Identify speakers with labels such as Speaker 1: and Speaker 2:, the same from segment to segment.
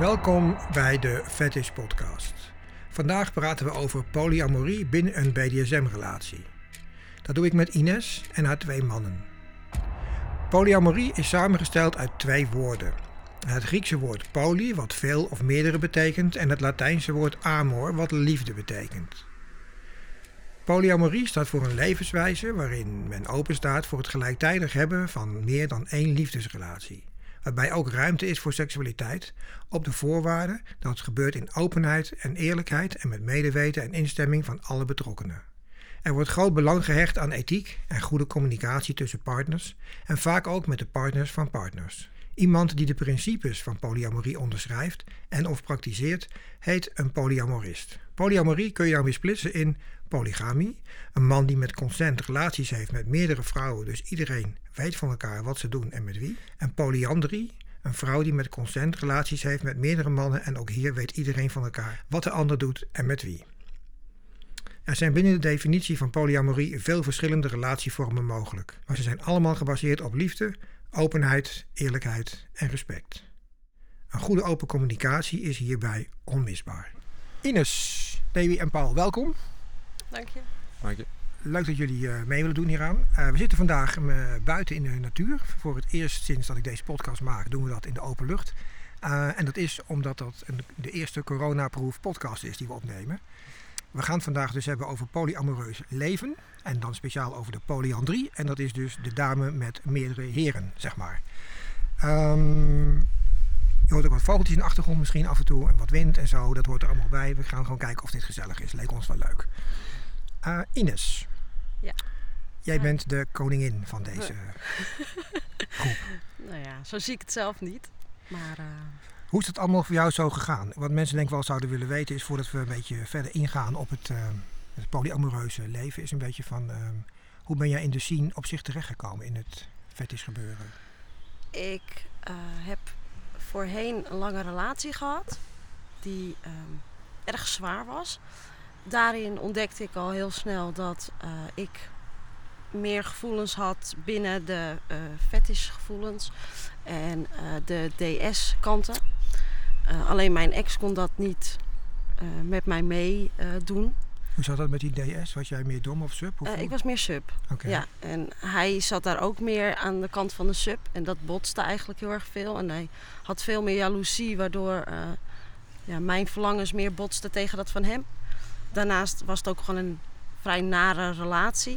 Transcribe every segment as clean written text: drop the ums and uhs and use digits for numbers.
Speaker 1: Welkom bij de Fetish Podcast. Vandaag praten we over polyamorie binnen een BDSM-relatie. Dat doe ik met Ines en haar 2 mannen. Polyamorie is samengesteld uit 2 woorden. Het Griekse woord poly, wat veel of meerdere betekent, en het Latijnse woord amor, wat liefde betekent. Polyamorie staat voor een levenswijze waarin men openstaat voor het gelijktijdig hebben van meer dan 1 liefdesrelatie. Waarbij ook ruimte is voor seksualiteit, op de voorwaarde dat het gebeurt in openheid en eerlijkheid en met medeweten en instemming van alle betrokkenen. Er wordt groot belang gehecht aan ethiek en goede communicatie tussen partners en vaak ook met de partners van partners. Iemand die de principes van polyamorie onderschrijft en of praktiseert, heet een polyamorist. Polyamorie kun je dan weer splitsen in polygamie, een man die met consent relaties heeft met meerdere vrouwen, dus iedereen weet van elkaar wat ze doen en met wie. En polyandrie, een vrouw die met consent relaties heeft met meerdere mannen en ook hier weet iedereen van elkaar wat de ander doet en met wie. Er zijn binnen de definitie van polyamorie veel verschillende relatievormen mogelijk, maar ze zijn allemaal gebaseerd op liefde, openheid, eerlijkheid en respect. Een goede open communicatie is hierbij onmisbaar. Ines, Davy en Paul, welkom.
Speaker 2: Dank je.
Speaker 3: Dank je.
Speaker 1: Leuk dat jullie mee willen doen hieraan. We zitten vandaag buiten in de natuur. Voor het eerst sinds dat ik deze podcast maak doen we dat in de open lucht. En dat is omdat dat de eerste coronaproof podcast is die we opnemen. We gaan het vandaag dus hebben over polyamoreus leven. En dan speciaal over de polyandrie. En dat is dus de dame met meerdere heren, zeg maar. Je hoort ook wat vogeltjes in de achtergrond misschien af en toe. En wat wind en zo. Dat hoort er allemaal bij. We gaan gewoon kijken of dit gezellig is. Leek ons wel leuk. Ines.
Speaker 2: Ja.
Speaker 1: Jij bent de koningin van deze groep.
Speaker 2: Nou ja, zo zie ik het zelf niet. Maar
Speaker 1: hoe is het allemaal voor jou zo gegaan? Wat mensen denk ik wel zouden willen weten is, voordat we een beetje verder ingaan op het polyamoreuze leven, is een beetje van hoe ben jij in de scene op zich terechtgekomen in het fetish gebeuren?
Speaker 2: ik heb voorheen een lange relatie gehad die erg zwaar was. Daarin ontdekte ik al heel snel dat ik meer gevoelens had binnen de fetishgevoelens en de DS-kanten. Alleen mijn ex kon dat niet met mij meedoen.
Speaker 1: Hoe zat dat met die DS? Was jij meer dom of sub?
Speaker 2: Ik was meer sub.
Speaker 1: Okay.
Speaker 2: Ja, en hij zat daar ook meer aan de kant van de sub. En dat botste eigenlijk heel erg veel. En hij had veel meer jaloezie, waardoor mijn verlangens meer botsten tegen dat van hem. Daarnaast was het ook gewoon een vrij nare relatie.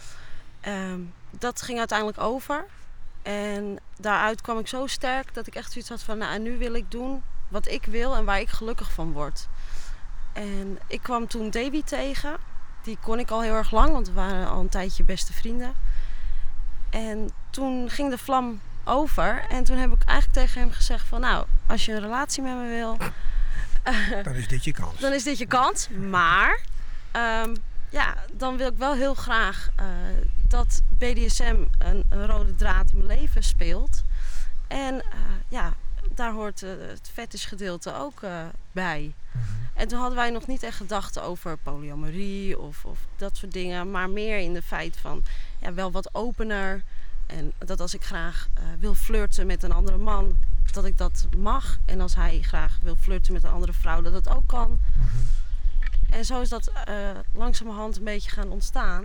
Speaker 2: Dat ging uiteindelijk over. En daaruit kwam ik zo sterk dat ik echt zoiets had van, nou, nu wil ik doen wat ik wil en waar ik gelukkig van word. En ik kwam toen Davy tegen. Die kon ik al heel erg lang, want we waren al een tijdje beste vrienden. En toen ging de vlam over. En toen heb ik eigenlijk tegen hem gezegd van, nou, als je een relatie met me wil,
Speaker 1: dan is dit je kans.
Speaker 2: Dan is dit je kans. Maar dan wil ik wel heel graag dat BDSM een rode draad in mijn leven speelt. En daar hoort het fetishgedeelte ook bij. Mm-hmm. En toen hadden wij nog niet echt gedachten over polyamorie of dat soort dingen. Maar meer in de feit van wel wat opener. En dat als ik graag wil flirten met een andere man, dat ik dat mag. En als hij graag wil flirten met een andere vrouw, dat dat ook kan. Mm-hmm. En zo is dat langzamerhand een beetje gaan ontstaan.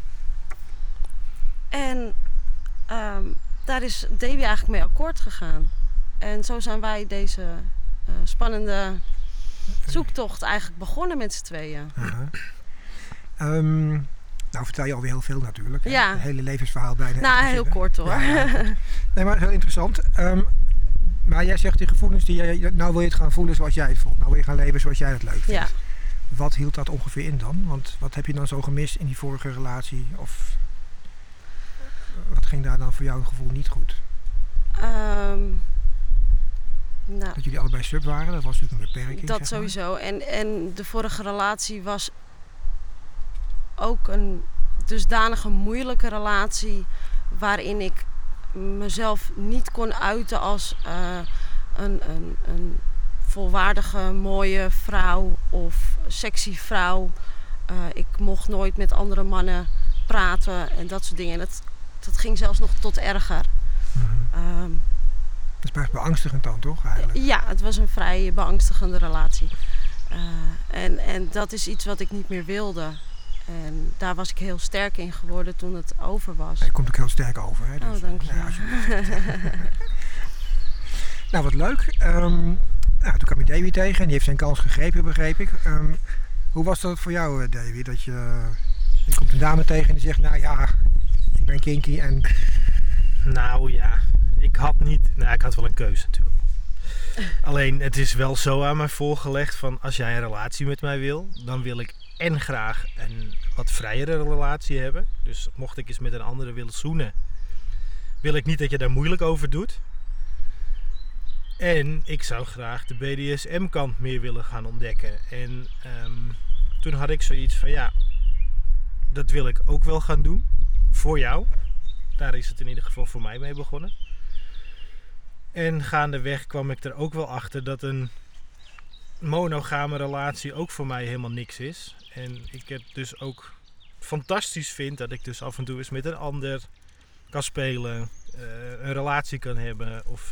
Speaker 2: En daar is Davy eigenlijk mee akkoord gegaan. En zo zijn wij deze spannende zoektocht eigenlijk begonnen met z'n tweeën.
Speaker 1: Uh-huh. Nou vertel je alweer heel veel natuurlijk.
Speaker 2: Ja.
Speaker 1: Het hele levensverhaal bijna.
Speaker 2: Nou, heel kort hoor.
Speaker 1: Ja. Nee, maar heel interessant. Maar jij zegt die gevoelens nou wil je het gaan voelen zoals jij het voelt. Nou wil je gaan leven zoals jij het leuk vindt. Ja. Wat hield dat ongeveer in dan? Want wat heb je dan zo gemist in die vorige relatie? Of wat ging daar dan voor jou een gevoel niet goed? Dat jullie allebei sub waren, dat was natuurlijk een beperking.
Speaker 2: Dat sowieso. En de vorige relatie was ook een dusdanige moeilijke relatie waarin ik mezelf niet kon uiten als een volwaardige, mooie vrouw of sexy vrouw. Ik mocht nooit met andere mannen praten en dat soort dingen. En dat ging zelfs nog tot erger. Mm-hmm.
Speaker 1: is best beangstigend dan, toch, eigenlijk?
Speaker 2: Ja, het was een vrij beangstigende relatie. En dat is iets wat ik niet meer wilde. En daar was ik heel sterk in geworden toen het over was.
Speaker 1: Hij komt ook heel sterk over. Hè? Dus,
Speaker 2: dank je.
Speaker 1: Nou, wat leuk. Toen kwam je Davy tegen en die heeft zijn kans gegrepen, begreep ik. Hoe was dat voor jou, Davy? Dat je komt een dame tegen en die zegt, nou ja, ik ben kinky en...
Speaker 3: Nou ja, ik had wel een keuze natuurlijk. Alleen het is wel zo aan mij voorgelegd van als jij een relatie met mij wil, dan wil ik en graag een wat vrijere relatie hebben. Dus mocht ik eens met een andere willen zoenen, wil ik niet dat je daar moeilijk over doet. En ik zou graag de BDSM-kant meer willen gaan ontdekken. En toen had ik zoiets van ja, dat wil ik ook wel gaan doen. Voor jou. Daar is het in ieder geval voor mij mee begonnen. En gaandeweg kwam ik er ook wel achter dat een monogame relatie ook voor mij helemaal niks is. En ik het dus ook fantastisch vind dat ik dus af en toe eens met een ander kan spelen. Een relatie kan hebben of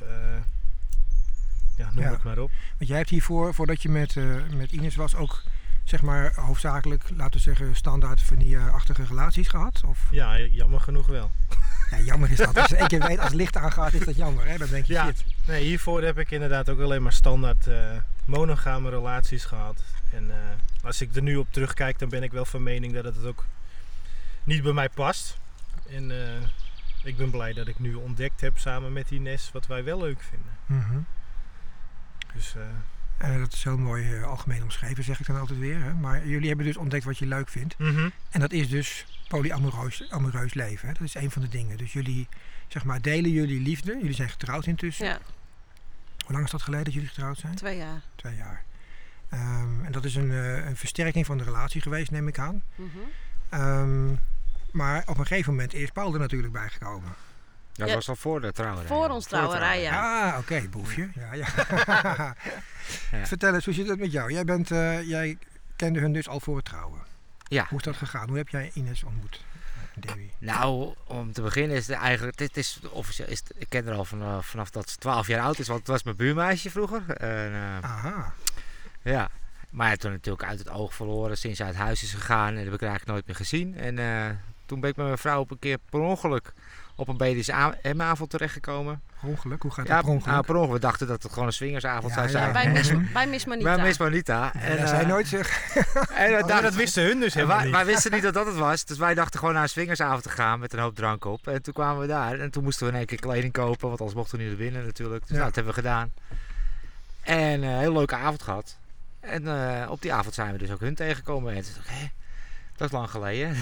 Speaker 3: noem het maar op.
Speaker 1: Want jij hebt hiervoor, voordat je met Ines was, ook zeg maar hoofdzakelijk, laten we zeggen, standaard vanille-achtige relaties gehad? Of?
Speaker 3: Ja, jammer genoeg wel.
Speaker 1: Ja, jammer is dat. Als je één keer weet als het licht aangaat, is dat jammer. Hè? Dan denk je, shit.
Speaker 3: Nee, hiervoor heb ik inderdaad ook alleen maar standaard monogame relaties gehad. En als ik er nu op terugkijk, dan ben ik wel van mening dat het ook niet bij mij past. En ik ben blij dat ik nu ontdekt heb samen met Ines wat wij wel leuk vinden.
Speaker 1: Mm-hmm.
Speaker 3: Dus...
Speaker 1: dat is heel mooi algemeen omschreven, zeg ik dan altijd weer. Hè? Maar jullie hebben dus ontdekt wat je leuk vindt.
Speaker 3: Mm-hmm.
Speaker 1: En dat is dus polyamoreus leven. Hè? Dat is een van de dingen. Dus jullie, zeg maar, delen jullie liefde. Jullie zijn getrouwd intussen.
Speaker 2: Ja.
Speaker 1: Hoe lang is dat geleden dat jullie getrouwd zijn?
Speaker 2: 2 jaar.
Speaker 1: 2 jaar. En dat is een versterking van de relatie geweest, neem ik aan.
Speaker 2: Mm-hmm.
Speaker 1: Maar op een gegeven moment is Paul er natuurlijk bijgekomen.
Speaker 4: Dat was al voor de trouwerij.
Speaker 2: Voor ons trouwerij, ja.
Speaker 1: Ah, oké, boefje. Ja.
Speaker 4: Ja.
Speaker 1: Vertel eens, hoe zit het met jou? Jij kende hun dus al voor het trouwen.
Speaker 4: Ja.
Speaker 1: Hoe is dat gegaan? Hoe heb jij Ines ontmoet, Davy?
Speaker 4: Nou, om te beginnen is het eigenlijk, ik ken haar al vanaf dat ze 12 jaar oud is, want het was mijn buurmeisje vroeger.
Speaker 1: Aha.
Speaker 4: Ja, maar toen natuurlijk uit het oog verloren sinds ze uit huis is gegaan en dat heb ik eigenlijk nooit meer gezien. En toen ben ik met mijn vrouw op een keer per ongeluk op een BDSM-avond terechtgekomen.
Speaker 1: Per ongeluk? Hoe gaat het per ongeluk?
Speaker 4: Per ongeluk. We dachten dat het gewoon een swingersavond zou zijn.
Speaker 2: Bij Miss Manita.
Speaker 4: Bij Miss Manita.
Speaker 1: En dat zei nooit zeg.
Speaker 3: En dat wisten hun dus helemaal niet.
Speaker 4: Wij wisten niet dat het was. Dus wij dachten gewoon naar een swingersavond te gaan met een hoop drank op. En toen kwamen we daar. En toen moesten we in één keer kleding kopen. Want anders mochten we niet naar binnen natuurlijk. Dus dat hebben we gedaan. En een hele leuke avond gehad. En op die avond zijn we dus ook hun tegengekomen. En toen dacht ik, dat is lang geleden.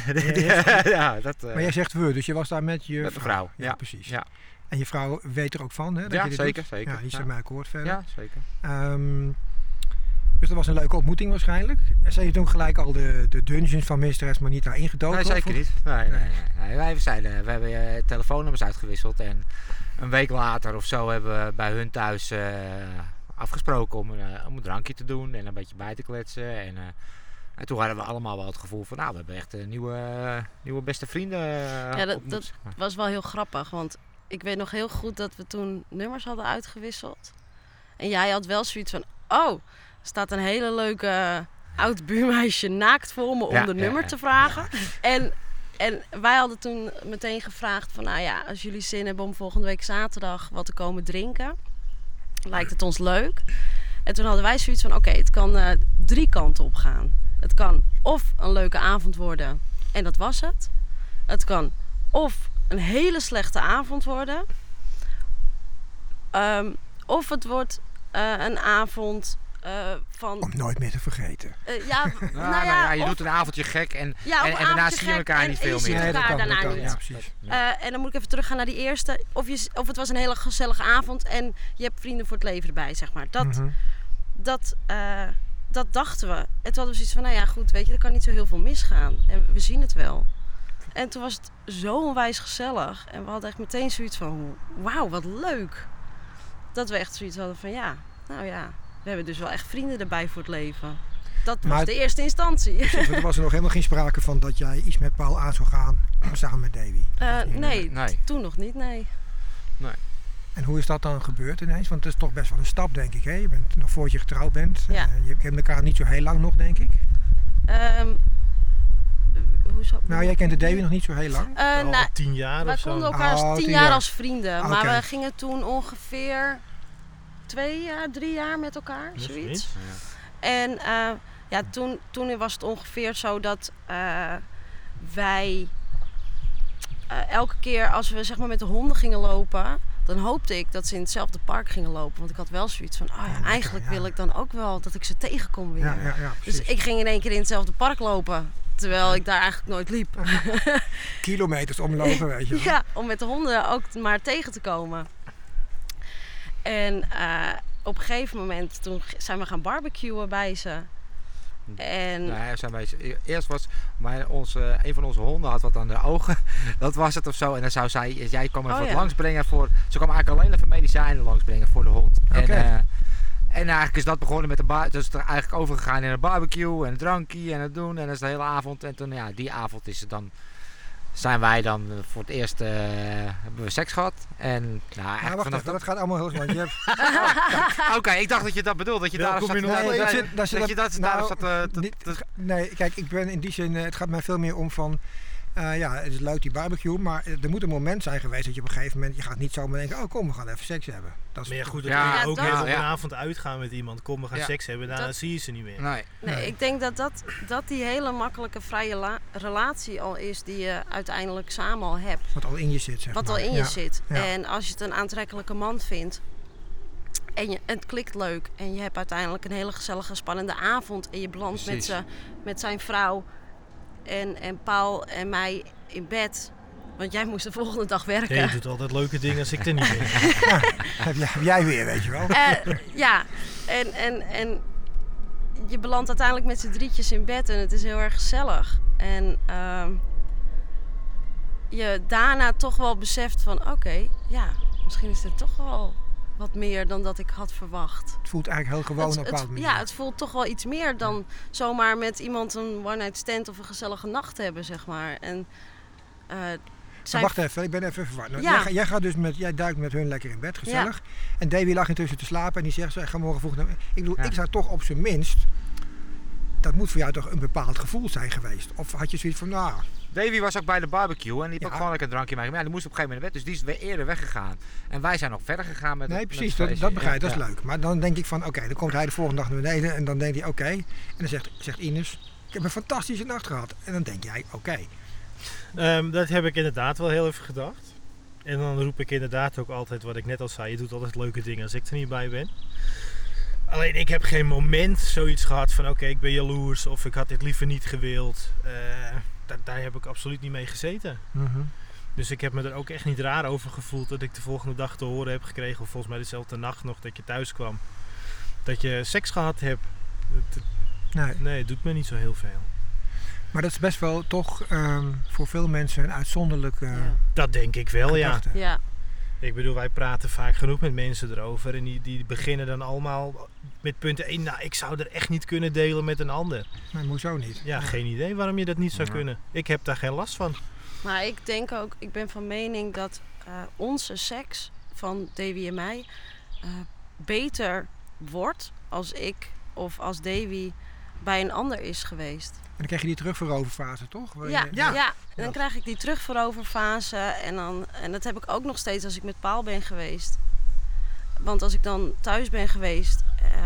Speaker 1: Maar jij zegt we, dus je was daar met je
Speaker 4: vrouw.
Speaker 1: Ja, precies.
Speaker 4: Ja.
Speaker 1: En je vrouw weet er ook van, hè? Dat je dit
Speaker 4: zeker,
Speaker 1: doet?
Speaker 4: zeker.
Speaker 1: Ja, die is er mij akkoord verder.
Speaker 4: Ja, zeker.
Speaker 1: Dus dat was een leuke ontmoeting waarschijnlijk. Zijn je toen gelijk al de dungeons van Mistress Manita ingedoken?
Speaker 4: Nee, zeker niet. Nee. We hebben telefoonnummers uitgewisseld. En een week later of zo hebben we bij hun thuis afgesproken om een drankje te doen. En een beetje bij te kletsen. En toen hadden we allemaal wel het gevoel van, we hebben echt nieuwe beste vrienden
Speaker 2: dat was wel heel grappig, want ik weet nog heel goed dat we toen nummers hadden uitgewisseld. En jij had wel zoiets van, er staat een hele leuke oud buurmeisje naakt voor me om de nummer te vragen. Ja. En wij hadden toen meteen gevraagd van, als jullie zin hebben om volgende week zaterdag wat te komen drinken, lijkt het ons leuk. En toen hadden wij zoiets van, het kan 3 kanten op gaan. Het kan of een leuke avond worden en dat was het. Het kan of een hele slechte avond worden. Of het wordt een avond van...
Speaker 1: Om nooit meer te vergeten.
Speaker 4: Je doet een avondje gek en daarna zie je elkaar niet veel meer.
Speaker 2: Nee, dat kan niet.
Speaker 1: Ja, precies.
Speaker 2: En dan moet ik even teruggaan naar die eerste. Of het was een hele gezellige avond en je hebt vrienden voor het leven erbij, zeg maar. Dat dachten we. En toen hadden we zoiets van, goed, weet je, er kan niet zo heel veel misgaan. En we zien het wel. En toen was het zo onwijs gezellig. En we hadden echt meteen zoiets van, wauw, wat leuk. Dat we echt zoiets hadden van, we hebben dus wel echt vrienden erbij voor het leven. Dat was de eerste instantie.
Speaker 1: Precies, want er was er nog helemaal geen sprake van dat jij iets met Paul aan zou gaan samen met Davy.
Speaker 2: Nee, toen nog niet, nee.
Speaker 1: En hoe is dat dan gebeurd ineens? Want het is toch best wel een stap, denk ik. Hè? Je bent nog voordat je getrouwd bent.
Speaker 2: Ja.
Speaker 1: Je kent elkaar niet zo heel lang nog, denk ik. Nou, jij kende Davy nog niet zo heel lang.
Speaker 3: Al 10 jaar
Speaker 2: wij
Speaker 3: of zo.
Speaker 2: konden elkaar 10 jaar als vrienden. Maar
Speaker 1: Oké.
Speaker 2: we gingen toen ongeveer 2 jaar, 3 jaar met elkaar.
Speaker 3: Ja,
Speaker 2: Zoiets.
Speaker 3: zoiets.
Speaker 2: En toen was het ongeveer zo dat wij elke keer als we zeg maar met de honden gingen lopen, dan hoopte ik dat ze in hetzelfde park gingen lopen. Want ik had wel zoiets van, eigenlijk wil ik dan ook wel dat ik ze tegenkom weer.
Speaker 1: Ja,
Speaker 2: Dus
Speaker 1: precies.
Speaker 2: ik ging in één keer in hetzelfde park lopen. Terwijl ik daar eigenlijk nooit liep.
Speaker 1: Kilometers omlopen, weet je wel.
Speaker 2: Ja, om met de honden ook maar tegen te komen. En op een gegeven moment toen zijn we gaan barbecuen bij ze. En
Speaker 4: Eerst was een van onze honden had wat aan de ogen. Dat was het of zo. En dan zou jij kwam even wat langsbrengen voor. Ze kwam eigenlijk alleen even medicijnen langsbrengen voor de hond.
Speaker 1: Okay.
Speaker 4: En eigenlijk is dat begonnen met dus het eigenlijk overgegaan in een barbecue en een drankje en het doen. En dat is de hele avond. En toen, die avond zijn wij dan voor het eerst hebben we seks gehad. En
Speaker 1: wacht even, dat gaat allemaal heel snel. Je hebt...
Speaker 4: Oké, ik dacht dat je dat bedoelde. Dat je daar zat.
Speaker 1: Nee, kijk, ik ben in die zin, het gaat mij veel meer om van, het is leuk die barbecue, maar er moet een moment zijn geweest dat je op een gegeven moment, je gaat niet zomaar denken, kom, we gaan even seks hebben. Dat is
Speaker 3: maar goed, dat
Speaker 2: Ja,
Speaker 3: ook
Speaker 2: dat-
Speaker 3: heel op een avond uitgaan met iemand, kom, we gaan seks hebben, daarna zie je ze niet meer.
Speaker 2: Nee, ik denk dat die hele makkelijke vrije relatie al is die je uiteindelijk samen al hebt.
Speaker 1: Wat al in je zit, zeg
Speaker 2: Wat
Speaker 1: maar.
Speaker 2: al in je zit.
Speaker 1: Ja.
Speaker 2: En als je het een aantrekkelijke man vindt en het klikt leuk en je hebt uiteindelijk een hele gezellige, spannende avond en je belandt met zijn vrouw en Paul en mij in bed. Want jij moest de volgende dag werken.
Speaker 3: Nee, je doet altijd leuke dingen als ik er niet ben.
Speaker 1: Heb jij weer, weet je wel.
Speaker 2: En je belandt uiteindelijk met z'n drietjes in bed en het is heel erg gezellig. En je daarna toch wel beseft van misschien is er toch wel wat meer dan dat ik had verwacht.
Speaker 1: Het voelt eigenlijk heel gewoon op een bepaalde manier.
Speaker 2: Ja, het voelt toch wel iets meer dan zomaar met iemand een one-night stand of een gezellige nacht hebben, zeg maar. En
Speaker 1: Maar wacht even, ik ben even verward. Nou, jij duikt met hun lekker in bed, gezellig. Ja. En Davy lag intussen te slapen en die zegt, ik ga morgen vroeg naar... Ik zou toch op zijn minst... Dat moet voor jou toch een bepaald gevoel zijn geweest? Of had je zoiets van,
Speaker 4: Davy was ook bij de barbecue en die heeft ook gewoon lekker een drankje mee. Maar die moest op een gegeven moment naar bed, dus die is weer eerder weggegaan. En wij zijn nog verder gegaan met
Speaker 1: Nee, precies, dat begrijp ik, dat is leuk. Maar dan denk ik van, dan komt hij de volgende dag naar beneden en dan denkt hij, en dan zegt Ines, ik heb een fantastische nacht gehad. En dan denk jij,
Speaker 3: Dat heb ik inderdaad wel heel even gedacht. En dan roep ik inderdaad ook altijd wat ik net al zei. Je doet altijd leuke dingen als ik er niet bij ben. Alleen ik heb geen moment zoiets gehad van ik ben jaloers of ik had dit liever niet gewild. Daar heb ik absoluut niet mee gezeten.
Speaker 1: Mm-hmm.
Speaker 3: Dus ik heb me er ook echt niet raar over gevoeld dat ik de volgende dag te horen heb gekregen. Of volgens mij dezelfde nacht nog dat je thuis kwam. Dat je seks gehad hebt. Nee, het doet me niet zo heel veel.
Speaker 1: Maar dat is best wel toch voor veel mensen een uitzonderlijke
Speaker 3: Dat denk ik wel,
Speaker 1: gedachte.
Speaker 2: Ja.
Speaker 3: Ik bedoel, wij praten vaak genoeg met mensen erover. En die beginnen dan allemaal met punt 1. Nou, ik zou er echt niet kunnen delen met een ander.
Speaker 1: Maar hoezo niet?
Speaker 3: Ja, geen idee waarom je dat niet zou kunnen. Ik heb daar geen last van.
Speaker 2: Maar ik denk ook, ik ben van mening dat onze seks van Davy en mij beter wordt als ik of als Davy bij een ander is geweest.
Speaker 1: En dan krijg je die terugveroverfase, toch?
Speaker 2: Ja. En dan krijg ik die terugveroverfase en dat heb ik ook nog steeds als ik met Paul ben geweest. Want als ik dan thuis ben geweest,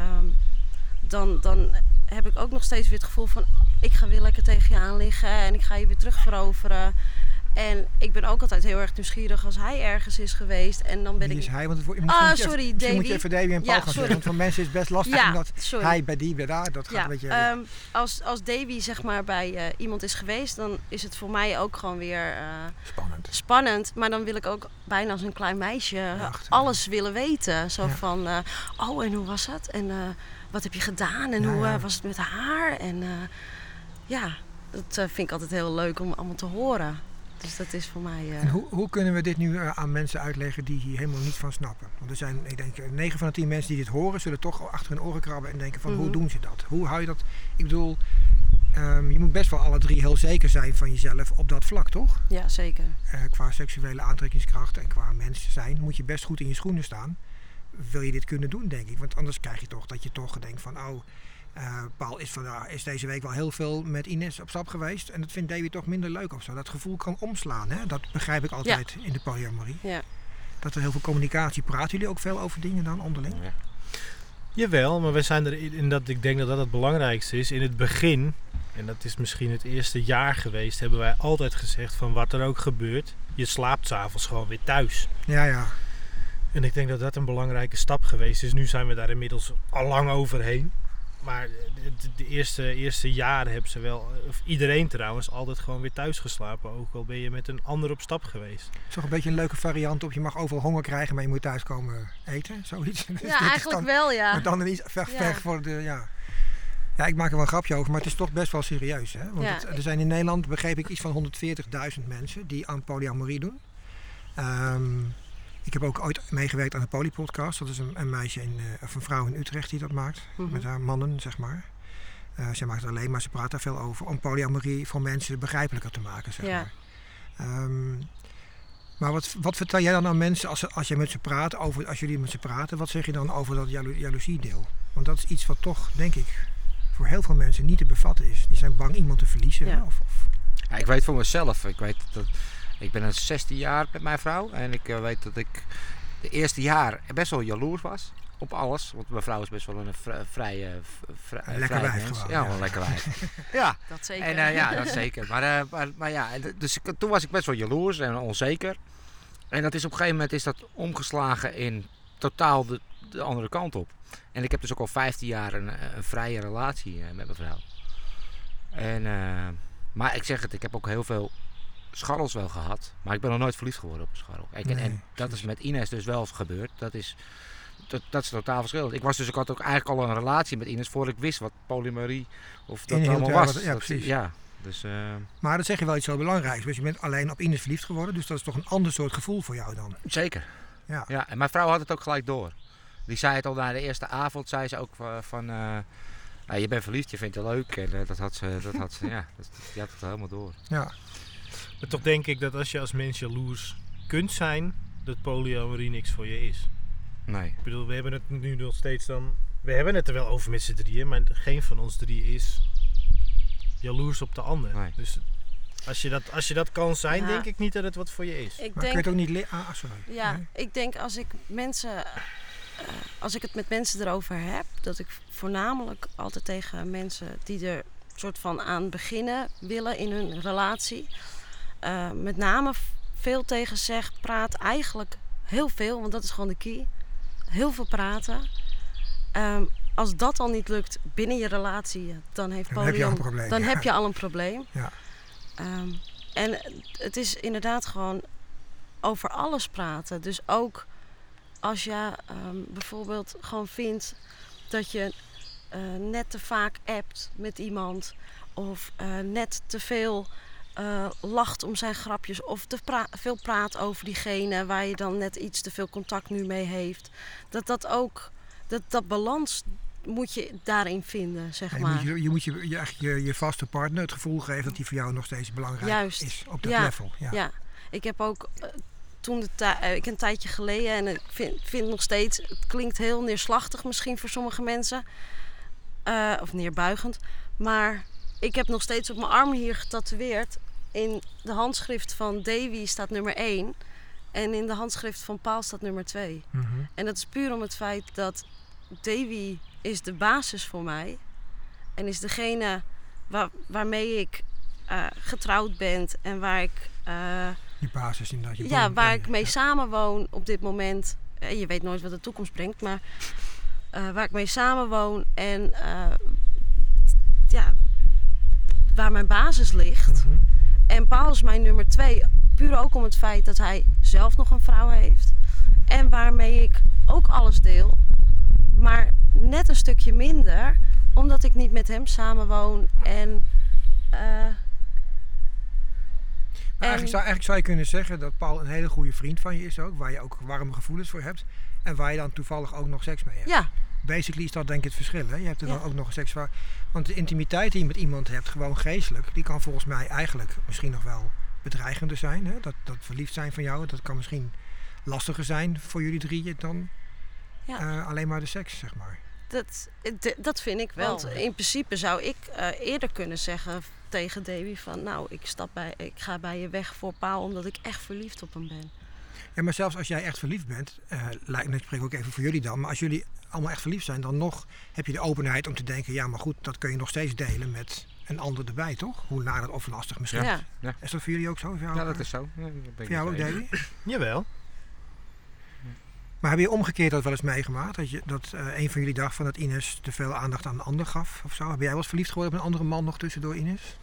Speaker 2: dan heb ik ook nog steeds weer het gevoel van ik ga weer lekker tegen je aan liggen en ik ga je weer terugveroveren. En ik ben ook altijd heel erg nieuwsgierig als hij ergens is geweest. En dan ben
Speaker 1: Wie is hij? Want
Speaker 2: sorry,
Speaker 1: Davy. Moet je even Davy en Paul gaan zeggen. Want voor mensen is het best lastig omdat hij bij die, bij daar. Dat gaat een beetje...
Speaker 2: Als Davy zeg maar bij iemand is geweest, dan is het voor mij ook gewoon weer spannend. Maar dan wil ik ook bijna als een klein meisje alles willen weten. Zo van, en hoe was het? En wat heb je gedaan? En hoe was het met haar? En dat vind ik altijd heel leuk om allemaal te horen. Dus dat is voor mij...
Speaker 1: En hoe kunnen we dit nu aan mensen uitleggen die hier helemaal niet van snappen? Want er zijn, ik denk, 9 van de 10 mensen die dit horen, zullen toch achter hun oren krabben en denken van hoe doen ze dat? Hoe hou je dat? Ik bedoel, je moet best wel alle 3 heel zeker zijn van jezelf op dat vlak, toch?
Speaker 2: Ja, zeker.
Speaker 1: Qua seksuele aantrekkingskracht en qua mens zijn moet je best goed in je schoenen staan. Wil je dit kunnen doen, denk ik. Want anders krijg je toch dat je toch denkt van... Paul is deze week wel heel veel met Ines op stap geweest. En dat vindt Davy toch minder leuk of zo. Dat gevoel kan omslaan. Hè? Dat begrijp ik altijd in de polyamorie.
Speaker 2: Ja.
Speaker 1: Dat er heel veel communicatie. Praten jullie ook veel over dingen dan onderling?
Speaker 4: Ja.
Speaker 3: Jawel, maar we zijn erin dat ik denk dat dat het belangrijkste is. In het begin, en dat is misschien het eerste jaar geweest, hebben wij altijd gezegd van wat er ook gebeurt. Je slaapt 's avonds gewoon weer thuis.
Speaker 1: Ja.
Speaker 3: En ik denk dat dat een belangrijke stap geweest is. Nu zijn we daar inmiddels al lang overheen. Maar de eerste jaren hebben ze wel, of iedereen trouwens, altijd gewoon weer thuis geslapen. Ook al ben je met een ander op stap geweest.
Speaker 1: Het is toch een beetje een leuke variant op je mag overal honger krijgen, maar je moet thuis komen eten, zoiets.
Speaker 2: Ja, eigenlijk wel, ja.
Speaker 1: Maar dan iets ver voor de, Ja, ik maak er wel een grapje over, maar het is toch best wel serieus. Hè? Want er zijn in Nederland, begreep ik, iets van 140.000 mensen die aan polyamorie doen. Ik heb ook ooit meegewerkt aan de Polypodcast. Dat is een meisje of een vrouw in Utrecht die dat maakt. Met haar mannen, zeg maar. Zij maakt het alleen, maar ze praat daar veel over. Om polyamorie voor mensen begrijpelijker te maken, zeg maar. Maar wat vertel jij dan aan mensen als je met ze praat, als jullie met ze praten? Wat zeg je dan over dat jaloeziedeel? Want dat is iets wat toch, denk ik, voor heel veel mensen niet te bevatten is. Die zijn bang iemand te verliezen.
Speaker 2: Ja.
Speaker 4: Ja, ik weet voor mezelf. Ik ben 16 jaar met mijn vrouw. En ik weet dat ik de eerste jaar best wel jaloers was. Op alles. Want mijn vrouw is best wel een vrije
Speaker 1: lekker wijf
Speaker 4: mens.
Speaker 1: gewoon.
Speaker 4: Ja, wel een lekker wijf. Ja.
Speaker 2: Dat zeker.
Speaker 4: En dat zeker. Maar ja, dus toen was ik best wel jaloers en onzeker. En dat is op een gegeven moment is dat omgeslagen in totaal de andere kant op. En ik heb dus ook al 15 jaar een vrije relatie met mijn vrouw. Maar ik zeg het, ik heb ook heel veel scharrels wel gehad. Maar ik ben nog nooit verliefd geworden op een scharrel. En dat is met Ines dus wel gebeurd. Dat is totaal verschillend. Ik had ook eigenlijk al een relatie met Ines voordat ik wist wat polyamorie of dat allemaal was.
Speaker 1: Ja, precies.
Speaker 4: Dus,
Speaker 1: maar dat zeg je wel iets heel belangrijks. Dus je bent alleen op Ines verliefd geworden. Dus dat is toch een ander soort gevoel voor jou dan?
Speaker 4: Zeker. Ja, en mijn vrouw had het ook gelijk door. Die zei het al na de eerste avond. Zei ze ook van je bent verliefd, je vindt het leuk. En dat had ze die had het helemaal door.
Speaker 1: Ja.
Speaker 3: Maar toch denk ik dat als je als mens jaloers kunt zijn, dat polyamorie niks voor je is.
Speaker 4: Nee.
Speaker 3: Ik bedoel, we hebben het nu nog steeds dan... We hebben het er wel over met z'n drieën, maar geen van ons 3 is jaloers op de ander. Nee. Dus als je dat kan zijn, denk ik niet dat het wat voor je is.
Speaker 1: Maar kun je het ook niet sorry.
Speaker 2: Ja, nee? Ik denk als ik het met mensen erover heb, dat ik voornamelijk altijd tegen mensen die er soort van aan beginnen willen in hun relatie, met name veel tegen zeg, praat eigenlijk heel veel, want dat is gewoon de key. Heel veel praten. Als dat al niet lukt binnen je relatie, dan heb je al een probleem.
Speaker 1: Ja.
Speaker 2: En het is inderdaad gewoon over alles praten. Dus ook als je bijvoorbeeld gewoon vindt dat je net te vaak appt met iemand, of net te veel lacht om zijn grapjes, of te veel praat over diegene waar je dan net iets te veel contact nu mee heeft. Dat balans moet je daarin vinden, zeg maar.
Speaker 1: Je moet je vaste partner het gevoel geven dat die voor jou nog steeds belangrijk is op dat level. Ja. Ik heb ook een tijdje geleden, en ik vind nog steeds, het klinkt heel neerslachtig misschien voor sommige mensen, of neerbuigend, maar ik heb nog steeds op mijn arm hier getatoeëerd, in de handschrift van Davy staat nummer 1 en in de handschrift van Paul staat nummer 2. Mm-hmm. En dat is puur om het feit dat Davy is de basis voor mij en is degene waarmee ik getrouwd ben en waar ik die basis in dat je
Speaker 2: waar ik mee samenwoon op dit moment. Je weet nooit wat de toekomst brengt, maar waar ik mee samenwoon en waar mijn basis ligt. Mm-hmm. En Paul is mijn nummer 2, puur ook om het feit dat hij zelf nog een vrouw heeft en waarmee ik ook alles deel, maar net een stukje minder, omdat ik niet met hem samenwoon en
Speaker 1: eigenlijk zou je kunnen zeggen dat Paul een hele goede vriend van je is ook, waar je ook warme gevoelens voor hebt en waar je dan toevallig ook nog seks mee hebt.
Speaker 2: Ja.
Speaker 1: basically is dat denk ik het verschil. Hè? Je hebt er dan
Speaker 2: Ja.
Speaker 1: ook nog een seksueel... Want de intimiteit die je met iemand hebt, gewoon geestelijk, die kan volgens mij eigenlijk misschien nog wel bedreigender zijn. Hè? Dat verliefd zijn van jou, dat kan misschien lastiger zijn voor jullie drieën dan alleen maar de seks, zeg maar.
Speaker 2: Dat vind ik wel. Want in principe zou ik eerder kunnen zeggen tegen Davy van... nou, ik ga bij je weg voor Paul omdat ik echt verliefd op hem ben.
Speaker 1: Ja, maar zelfs als jij echt verliefd bent, ik spreek ook even voor jullie dan, maar als jullie allemaal echt verliefd zijn, dan nog heb je de openheid om te denken, ja, maar goed, dat kun je nog steeds delen met een ander erbij, toch? Hoe naar of lastig misschien.
Speaker 2: Ja.
Speaker 4: Ja.
Speaker 1: Is dat voor jullie ook zo?
Speaker 4: Ja, dat is zo. Ja,
Speaker 1: Voor jou ook, Davy?
Speaker 3: Jawel.
Speaker 1: Maar heb je omgekeerd dat wel eens meegemaakt? Dat een van jullie dacht van dat Ines te veel aandacht aan de ander gaf of zo? Heb jij wel eens verliefd geworden op een andere man nog tussendoor, Ines?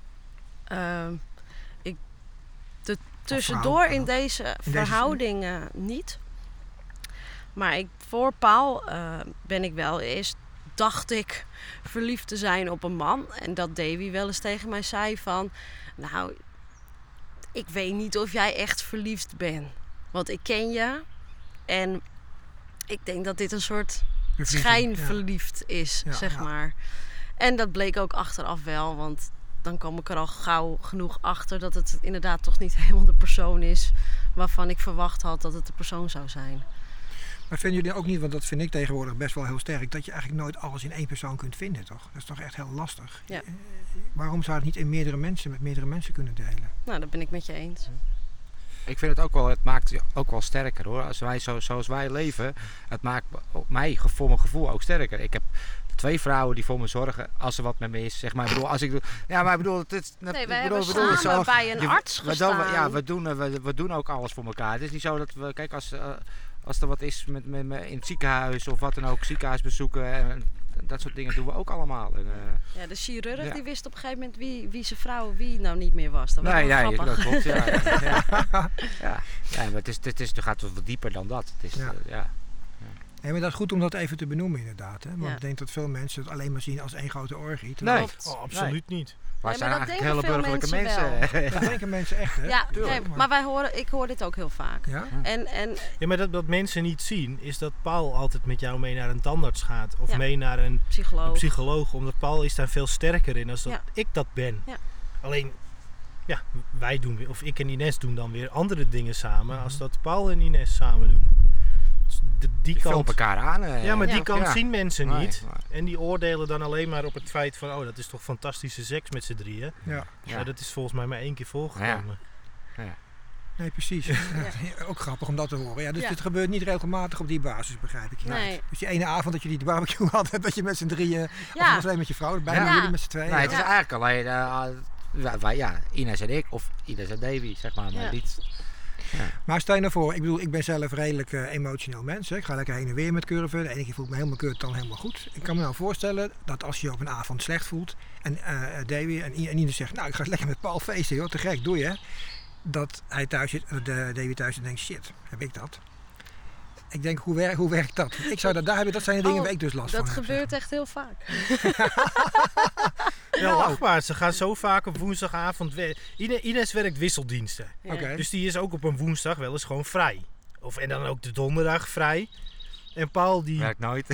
Speaker 2: Tussendoor
Speaker 1: vrouw,
Speaker 2: in deze verhouding niet. Maar voor Paul ben ik wel eerst, dacht ik, verliefd te zijn op een man. En dat Davy wel eens tegen mij zei van... nou, ik weet niet of jij echt verliefd bent. Want ik ken je. En ik denk dat dit een soort schijnverliefd is, zeg maar. En dat bleek ook achteraf wel, want... dan kom ik er al gauw genoeg achter dat het inderdaad toch niet helemaal de persoon is waarvan ik verwacht had dat het de persoon zou zijn.
Speaker 1: Maar vinden jullie ook niet, want dat vind ik tegenwoordig best wel heel sterk, dat je eigenlijk nooit alles in één persoon kunt vinden, toch? Dat is toch echt heel lastig.
Speaker 2: Ja.
Speaker 1: Waarom zou het niet in met meerdere mensen kunnen delen?
Speaker 2: Nou, dat ben ik met je eens.
Speaker 4: Ik vind het maakt je ook wel sterker hoor. Als wij zoals wij leven, het maakt mij voor mijn gevoel ook sterker. Ik heb 2 vrouwen die voor me zorgen als er wat met me is. Zeg maar. Ik bedoel, als ik doe, ja, maar ik bedoel,
Speaker 2: wij hebben samen bij een arts gestaan.
Speaker 4: We doen ook alles voor elkaar. Het is niet zo dat we, kijk, als er wat is met in het ziekenhuis of wat dan ook, ziekenhuisbezoeken en dat soort dingen doen we ook allemaal. En,
Speaker 2: de chirurg die wist op een gegeven moment wie zijn vrouw nou niet meer was. Dat was wel grappig.
Speaker 4: Dat klopt. Ja, maar het gaat wat dieper dan dat. Het is,
Speaker 1: Nee, maar dat is goed om dat even te benoemen inderdaad. Hè? Want ik denk dat veel mensen het alleen maar zien als één grote orgie.
Speaker 4: Nee.
Speaker 3: Oh, absoluut niet.
Speaker 4: Wij zijn
Speaker 2: maar
Speaker 4: eigenlijk hele
Speaker 2: denken veel
Speaker 4: burgerlijke mensen.
Speaker 1: Dat denken mensen echt, hè?
Speaker 2: Ja, maar ik hoor dit ook heel vaak.
Speaker 1: Ja?
Speaker 3: Ja, maar dat mensen niet zien, is dat Paul altijd met jou mee naar een tandarts gaat. Of mee naar een psycholoog. Omdat Paul is daar veel sterker in dan dat ik dat ben. Ja. Alleen, wij doen weer, of ik en Ines doen dan weer andere dingen samen als dat Paul en Ines samen doen. Dus die kant
Speaker 4: elkaar aan.
Speaker 3: Maar die kant zien mensen niet. En die oordelen dan alleen maar op het feit van... dat is toch fantastische seks met z'n drieën. Ja, dat is volgens mij maar 1 keer voorgekomen.
Speaker 1: Ja. Nee, precies. Ook grappig om dat te horen. Ja, dus dit gebeurt niet regelmatig op die basis, begrijp ik.
Speaker 2: Nee.
Speaker 1: Dus die ene avond dat jullie de barbecue hadden, dat je met z'n drieën... Of was alleen met je vrouw, bijna jullie met z'n tweeën.
Speaker 4: Nee, het is eigenlijk alleen... Ines en ik, of Ines en Davy, zeg maar. Maar niet... Ja.
Speaker 1: Maar stel je nou voor, ik ben zelf redelijk emotioneel mens. Hè. Ik ga lekker heen en weer met curven. De ene keer voel ik me helemaal kut, dan helemaal goed. Ik kan me nou voorstellen dat als je op een avond slecht voelt en Davy en Ines zegt, nou ik ga lekker met Paul feesten, joh, te gek, doe je. Dat hij thuis zit, Davy thuis zit en denkt, shit, heb ik dat? Ik denk, hoe werkt dat? Ik zou dat zijn de dingen waar ik dus last van heb.
Speaker 2: Dat gebeurt echt heel vaak.
Speaker 3: Ja, lachbaar. Ze gaan zo vaak op woensdagavond weg. Ines werkt wisseldiensten.
Speaker 2: Ja.
Speaker 1: Okay.
Speaker 3: Dus die is ook op een woensdag wel eens gewoon vrij. En dan ook de donderdag vrij. En Paul die...
Speaker 4: Werkt nooit.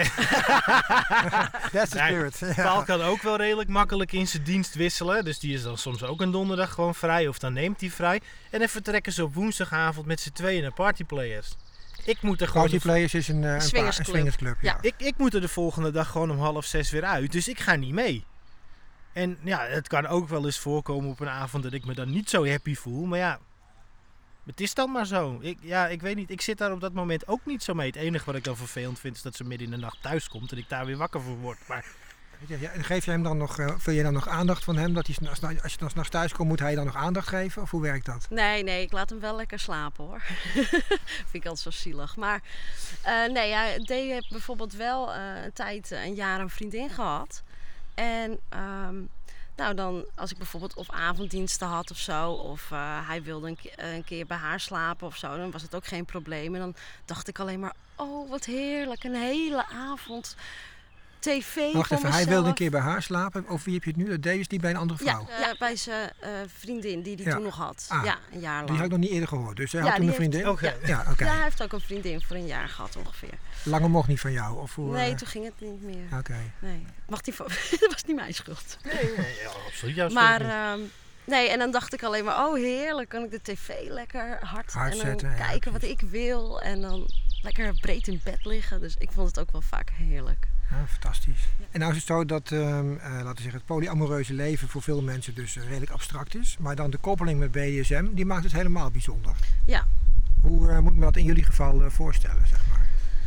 Speaker 1: That's the spirit.
Speaker 3: Paul kan ook wel redelijk makkelijk in zijn dienst wisselen. Dus die is dan soms ook een donderdag gewoon vrij. Of dan neemt hij vrij. En dan vertrekken ze op woensdagavond met z'n tweeën naar Partyplayers. Ik moet er gewoon...
Speaker 1: Partyplayers is een swingersclub. Ja.
Speaker 3: Ik moet er de volgende dag gewoon om 5:30 weer uit. Dus ik ga niet mee. En ja, het kan ook wel eens voorkomen op een avond dat ik me dan niet zo happy voel. Maar ja, het is dan maar zo. Ik weet niet, ik zit daar op dat moment ook niet zo mee. Het enige wat ik dan vervelend vind is dat ze midden in de nacht thuis komt en ik daar weer wakker voor word. Maar...
Speaker 1: Geef je hem dan nog, wil je dan nog aandacht van hem? Dat hij, als je dan 's nachts thuis komt, moet hij dan nog aandacht geven? Of hoe werkt dat?
Speaker 2: Nee, ik laat hem wel lekker slapen hoor. Vind ik altijd zo zielig. Maar Dave heeft bijvoorbeeld wel een jaar een vriendin gehad. En dan als ik bijvoorbeeld of avonddiensten had of zo, of hij wilde een keer bij haar slapen of zo, dan was het ook geen probleem. En dan dacht ik alleen maar, oh wat heerlijk, een hele avond tv
Speaker 1: Wacht
Speaker 2: voor
Speaker 1: even,
Speaker 2: mezelf.
Speaker 1: hij wilde een keer bij haar slapen. Of wie heb je het nu? Dat Davis, die bij een andere vrouw.
Speaker 2: Ja, bij zijn vriendin die hij
Speaker 1: Ja.
Speaker 2: toen nog had.
Speaker 1: Ah,
Speaker 2: Ja, een jaar lang.
Speaker 1: Die had ik nog niet eerder gehoord. Dus hij
Speaker 2: Ja,
Speaker 1: had toen
Speaker 2: die
Speaker 1: een vriendin?
Speaker 3: Oké.
Speaker 1: Ja, oké.
Speaker 2: Ja, hij heeft ook een vriendin voor een jaar gehad ongeveer.
Speaker 1: Langer mocht niet van jou? Of hoe,
Speaker 2: Nee, toen ging het niet meer.
Speaker 1: Oké.
Speaker 2: Nee, dat was niet mijn schuld.
Speaker 3: Nee, ja, absoluut jouw
Speaker 2: Maar
Speaker 3: schuld niet.
Speaker 2: nee, en dan dacht ik alleen maar, oh heerlijk, kan ik de tv lekker hard en dan
Speaker 1: zetten, ja,
Speaker 2: kijken wat ik wil. En dan lekker breed in bed liggen. Dus ik vond het ook wel vaak heerlijk.
Speaker 1: Ja, fantastisch. En nou is het zo dat, laten we zeggen, het polyamoreuze leven voor veel mensen dus redelijk abstract is. Maar dan de koppeling met BDSM, die maakt het helemaal bijzonder.
Speaker 2: Ja.
Speaker 1: Hoe moet ik me dat in jullie geval voorstellen, zeg maar?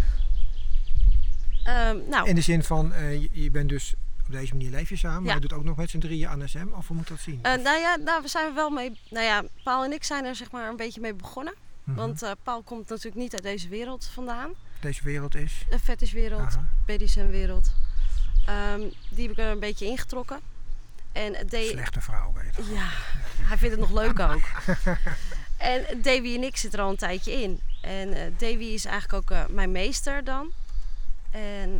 Speaker 2: Nou,
Speaker 1: In de zin van, je bent dus op deze manier leef je samen, maar
Speaker 2: Ja.
Speaker 1: je doet ook nog met z'n drieën aan SM, of hoe moet dat zien?
Speaker 2: we zijn er wel mee. Nou ja, Paul en ik zijn er zeg maar een beetje mee begonnen.
Speaker 1: Mhm.
Speaker 2: Want Paul komt natuurlijk niet uit deze wereld vandaan.
Speaker 1: Deze wereld is...
Speaker 2: De fetishwereld,
Speaker 1: Aha.
Speaker 2: BDSM-wereld. Die heb ik er een beetje ingetrokken. En
Speaker 1: Slechte vrouw, weet je.
Speaker 2: Ja, hij vindt het nog leuk ook. En Davy en ik zitten er al een tijdje in. En Davy is eigenlijk ook mijn meester dan. En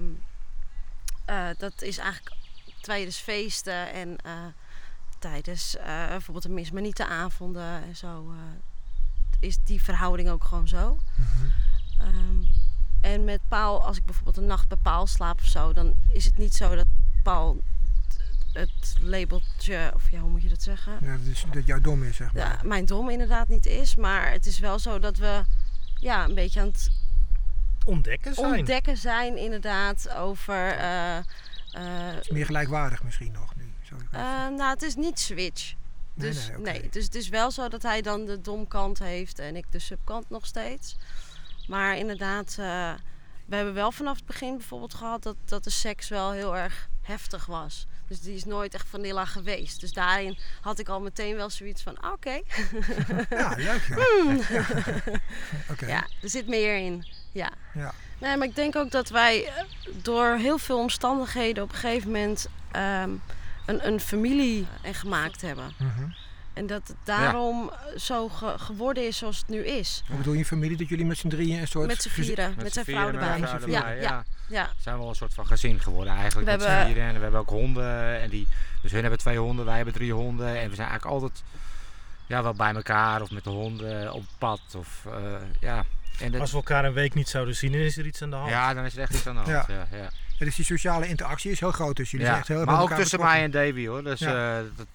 Speaker 2: dat is eigenlijk tijdens feesten en tijdens bijvoorbeeld de mismanietenavonden en zo. Is die verhouding ook gewoon zo.
Speaker 1: Mhm.
Speaker 2: En met Paul, als ik bijvoorbeeld een nacht bij Paul slaap of zo, dan is het niet zo dat Paul het labeltje, of ja, hoe moet je dat zeggen?
Speaker 1: Ja, dus dat jouw dom is, zeg maar.
Speaker 2: Ja, mijn dom inderdaad niet is, maar het is wel zo dat we ja, een beetje aan het
Speaker 3: Ontdekken zijn.
Speaker 2: inderdaad over...
Speaker 1: Het is meer gelijkwaardig misschien nog nu. Sorry.
Speaker 2: nou, het is niet switch.
Speaker 1: Nee,
Speaker 2: Dus,
Speaker 1: nee, oké.
Speaker 2: dus het is wel zo dat hij dan de domkant heeft en ik de subkant nog steeds. Maar inderdaad, we hebben wel vanaf het begin bijvoorbeeld gehad dat de seks wel heel erg heftig was. Dus die is nooit echt vanilla geweest. Dus daarin had ik al meteen wel zoiets van, oké.
Speaker 1: Ja, leuk. Ja. Oké.
Speaker 2: Ja, er zit meer in. Ja.
Speaker 1: Ja.
Speaker 2: Nee, maar ik denk ook dat wij door heel veel omstandigheden op een gegeven moment een familie gemaakt hebben.
Speaker 1: Mhm.
Speaker 2: En dat het daarom zo geworden is zoals het nu is.
Speaker 1: Wat bedoel je familie, dat jullie met z'n drieën een soort...
Speaker 2: Met z'n vieren, met zijn vrouw erbij.
Speaker 1: met zijn vrouw
Speaker 2: Ja,
Speaker 1: erbij,
Speaker 2: ja, ja.
Speaker 4: We zijn wel een soort van gezin geworden eigenlijk
Speaker 2: We
Speaker 4: met z'n
Speaker 2: hebben-
Speaker 4: vieren. En we hebben ook honden. En dus hun hebben 2 honden, wij hebben 3 honden. En we zijn eigenlijk altijd wel bij elkaar of met de honden op pad. Of, ja. En dat,
Speaker 3: Als we elkaar een week niet zouden zien, dan is er iets aan de hand.
Speaker 4: ja, dan is er echt iets aan de hand.
Speaker 1: Ja.
Speaker 4: Ja.
Speaker 1: Ja, dus die sociale interactie is heel groot tussen jullie.
Speaker 4: Ja.
Speaker 1: Zijn echt heel erg
Speaker 4: Maar
Speaker 1: bij
Speaker 4: ook
Speaker 1: elkaar
Speaker 4: tussen
Speaker 1: betrokken.
Speaker 4: mij en Davy hoor. Dus
Speaker 1: Ja.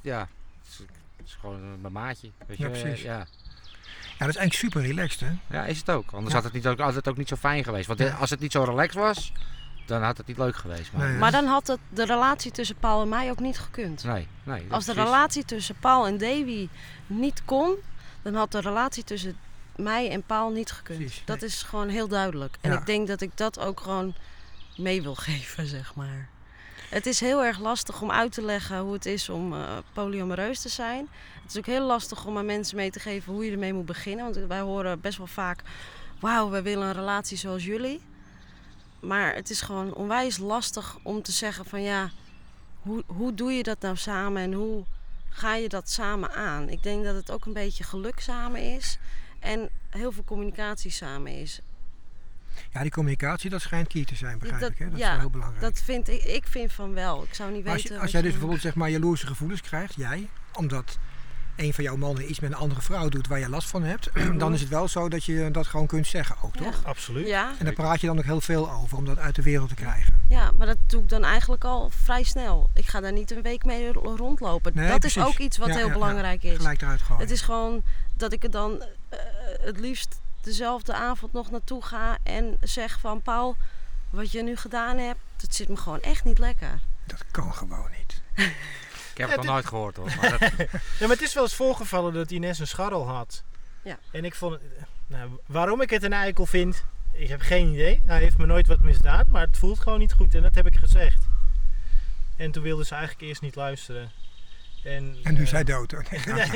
Speaker 4: het is gewoon mijn maatje. Weet
Speaker 1: Ja,
Speaker 4: je?
Speaker 1: precies.
Speaker 4: Ja.
Speaker 1: Ja, dat is eigenlijk super relaxed, hè?
Speaker 4: Ja, is het ook. Anders
Speaker 1: Ja.
Speaker 4: had het altijd ook niet zo fijn geweest. Want als het niet zo relaxed was, dan had het niet leuk geweest. Maar
Speaker 1: Nee,
Speaker 2: Maar dan had de relatie tussen Paul en mij ook niet gekund.
Speaker 4: nee.
Speaker 2: Als de
Speaker 4: precies.
Speaker 2: relatie tussen Paul en Davy niet kon, dan had de relatie tussen mij en Paul niet gekund.
Speaker 1: Precies,
Speaker 2: Dat
Speaker 1: nee.
Speaker 2: is gewoon heel duidelijk. En
Speaker 1: Ja.
Speaker 2: ik denk dat ik dat ook gewoon mee wil geven, zeg maar. Het is heel erg lastig om uit te leggen hoe het is om polyamoreus te zijn. Het is ook heel lastig om aan mensen mee te geven hoe je ermee moet beginnen. Want wij horen best wel vaak, wauw, wij willen een relatie zoals jullie. Maar het is gewoon onwijs lastig om te zeggen van ja, hoe doe je dat nou samen en hoe ga je dat samen aan? Ik denk dat het ook een beetje geluk samen is en heel veel communicatie samen is.
Speaker 1: Ja, die communicatie, dat schijnt key te zijn, begrijp
Speaker 2: Dat-
Speaker 1: ik. Hè? Dat is
Speaker 2: ja,
Speaker 1: wel heel belangrijk.
Speaker 2: Dat vind ik vind van wel. Ik zou niet
Speaker 1: Als,
Speaker 2: weten.
Speaker 1: als
Speaker 2: wat
Speaker 1: jij
Speaker 2: je-
Speaker 1: dus bijvoorbeeld zeg maar jaloerse gevoelens krijgt, jij, omdat een van jouw mannen iets met een andere vrouw doet waar je last van hebt, dan is het wel zo dat je dat gewoon kunt zeggen ook,
Speaker 2: Ja.
Speaker 1: toch?
Speaker 3: Absoluut.
Speaker 2: Ja,
Speaker 1: En daar praat je dan ook heel veel over om dat uit de wereld te krijgen.
Speaker 2: ja, maar dat doe ik dan eigenlijk al vrij snel. Ik ga daar niet een week mee rondlopen.
Speaker 1: Nee,
Speaker 2: dat
Speaker 1: precies.
Speaker 2: is ook iets wat
Speaker 1: Ja,
Speaker 2: heel
Speaker 1: ja,
Speaker 2: belangrijk is.
Speaker 1: Gelijk eruit gooien.
Speaker 2: Het is gewoon dat ik er dan het liefst dezelfde avond nog naartoe ga en zeg van Paul, wat je nu gedaan hebt, dat zit me gewoon echt niet lekker.
Speaker 1: Dat kan gewoon niet.
Speaker 4: Ik heb het nog nooit gehoord hoor. Maar dat,
Speaker 3: Ja, maar het is wel eens voorgevallen dat Ines een scharrel had.
Speaker 2: Ja.
Speaker 3: En ik vond het, nou, waarom ik het een eikel vind, ik heb geen idee. Hij heeft me nooit wat misdaan, maar het voelt gewoon niet goed en dat heb ik gezegd. En toen wilde ze eigenlijk eerst niet luisteren. En
Speaker 1: En nu is hij dood. Hoor.
Speaker 3: Nee.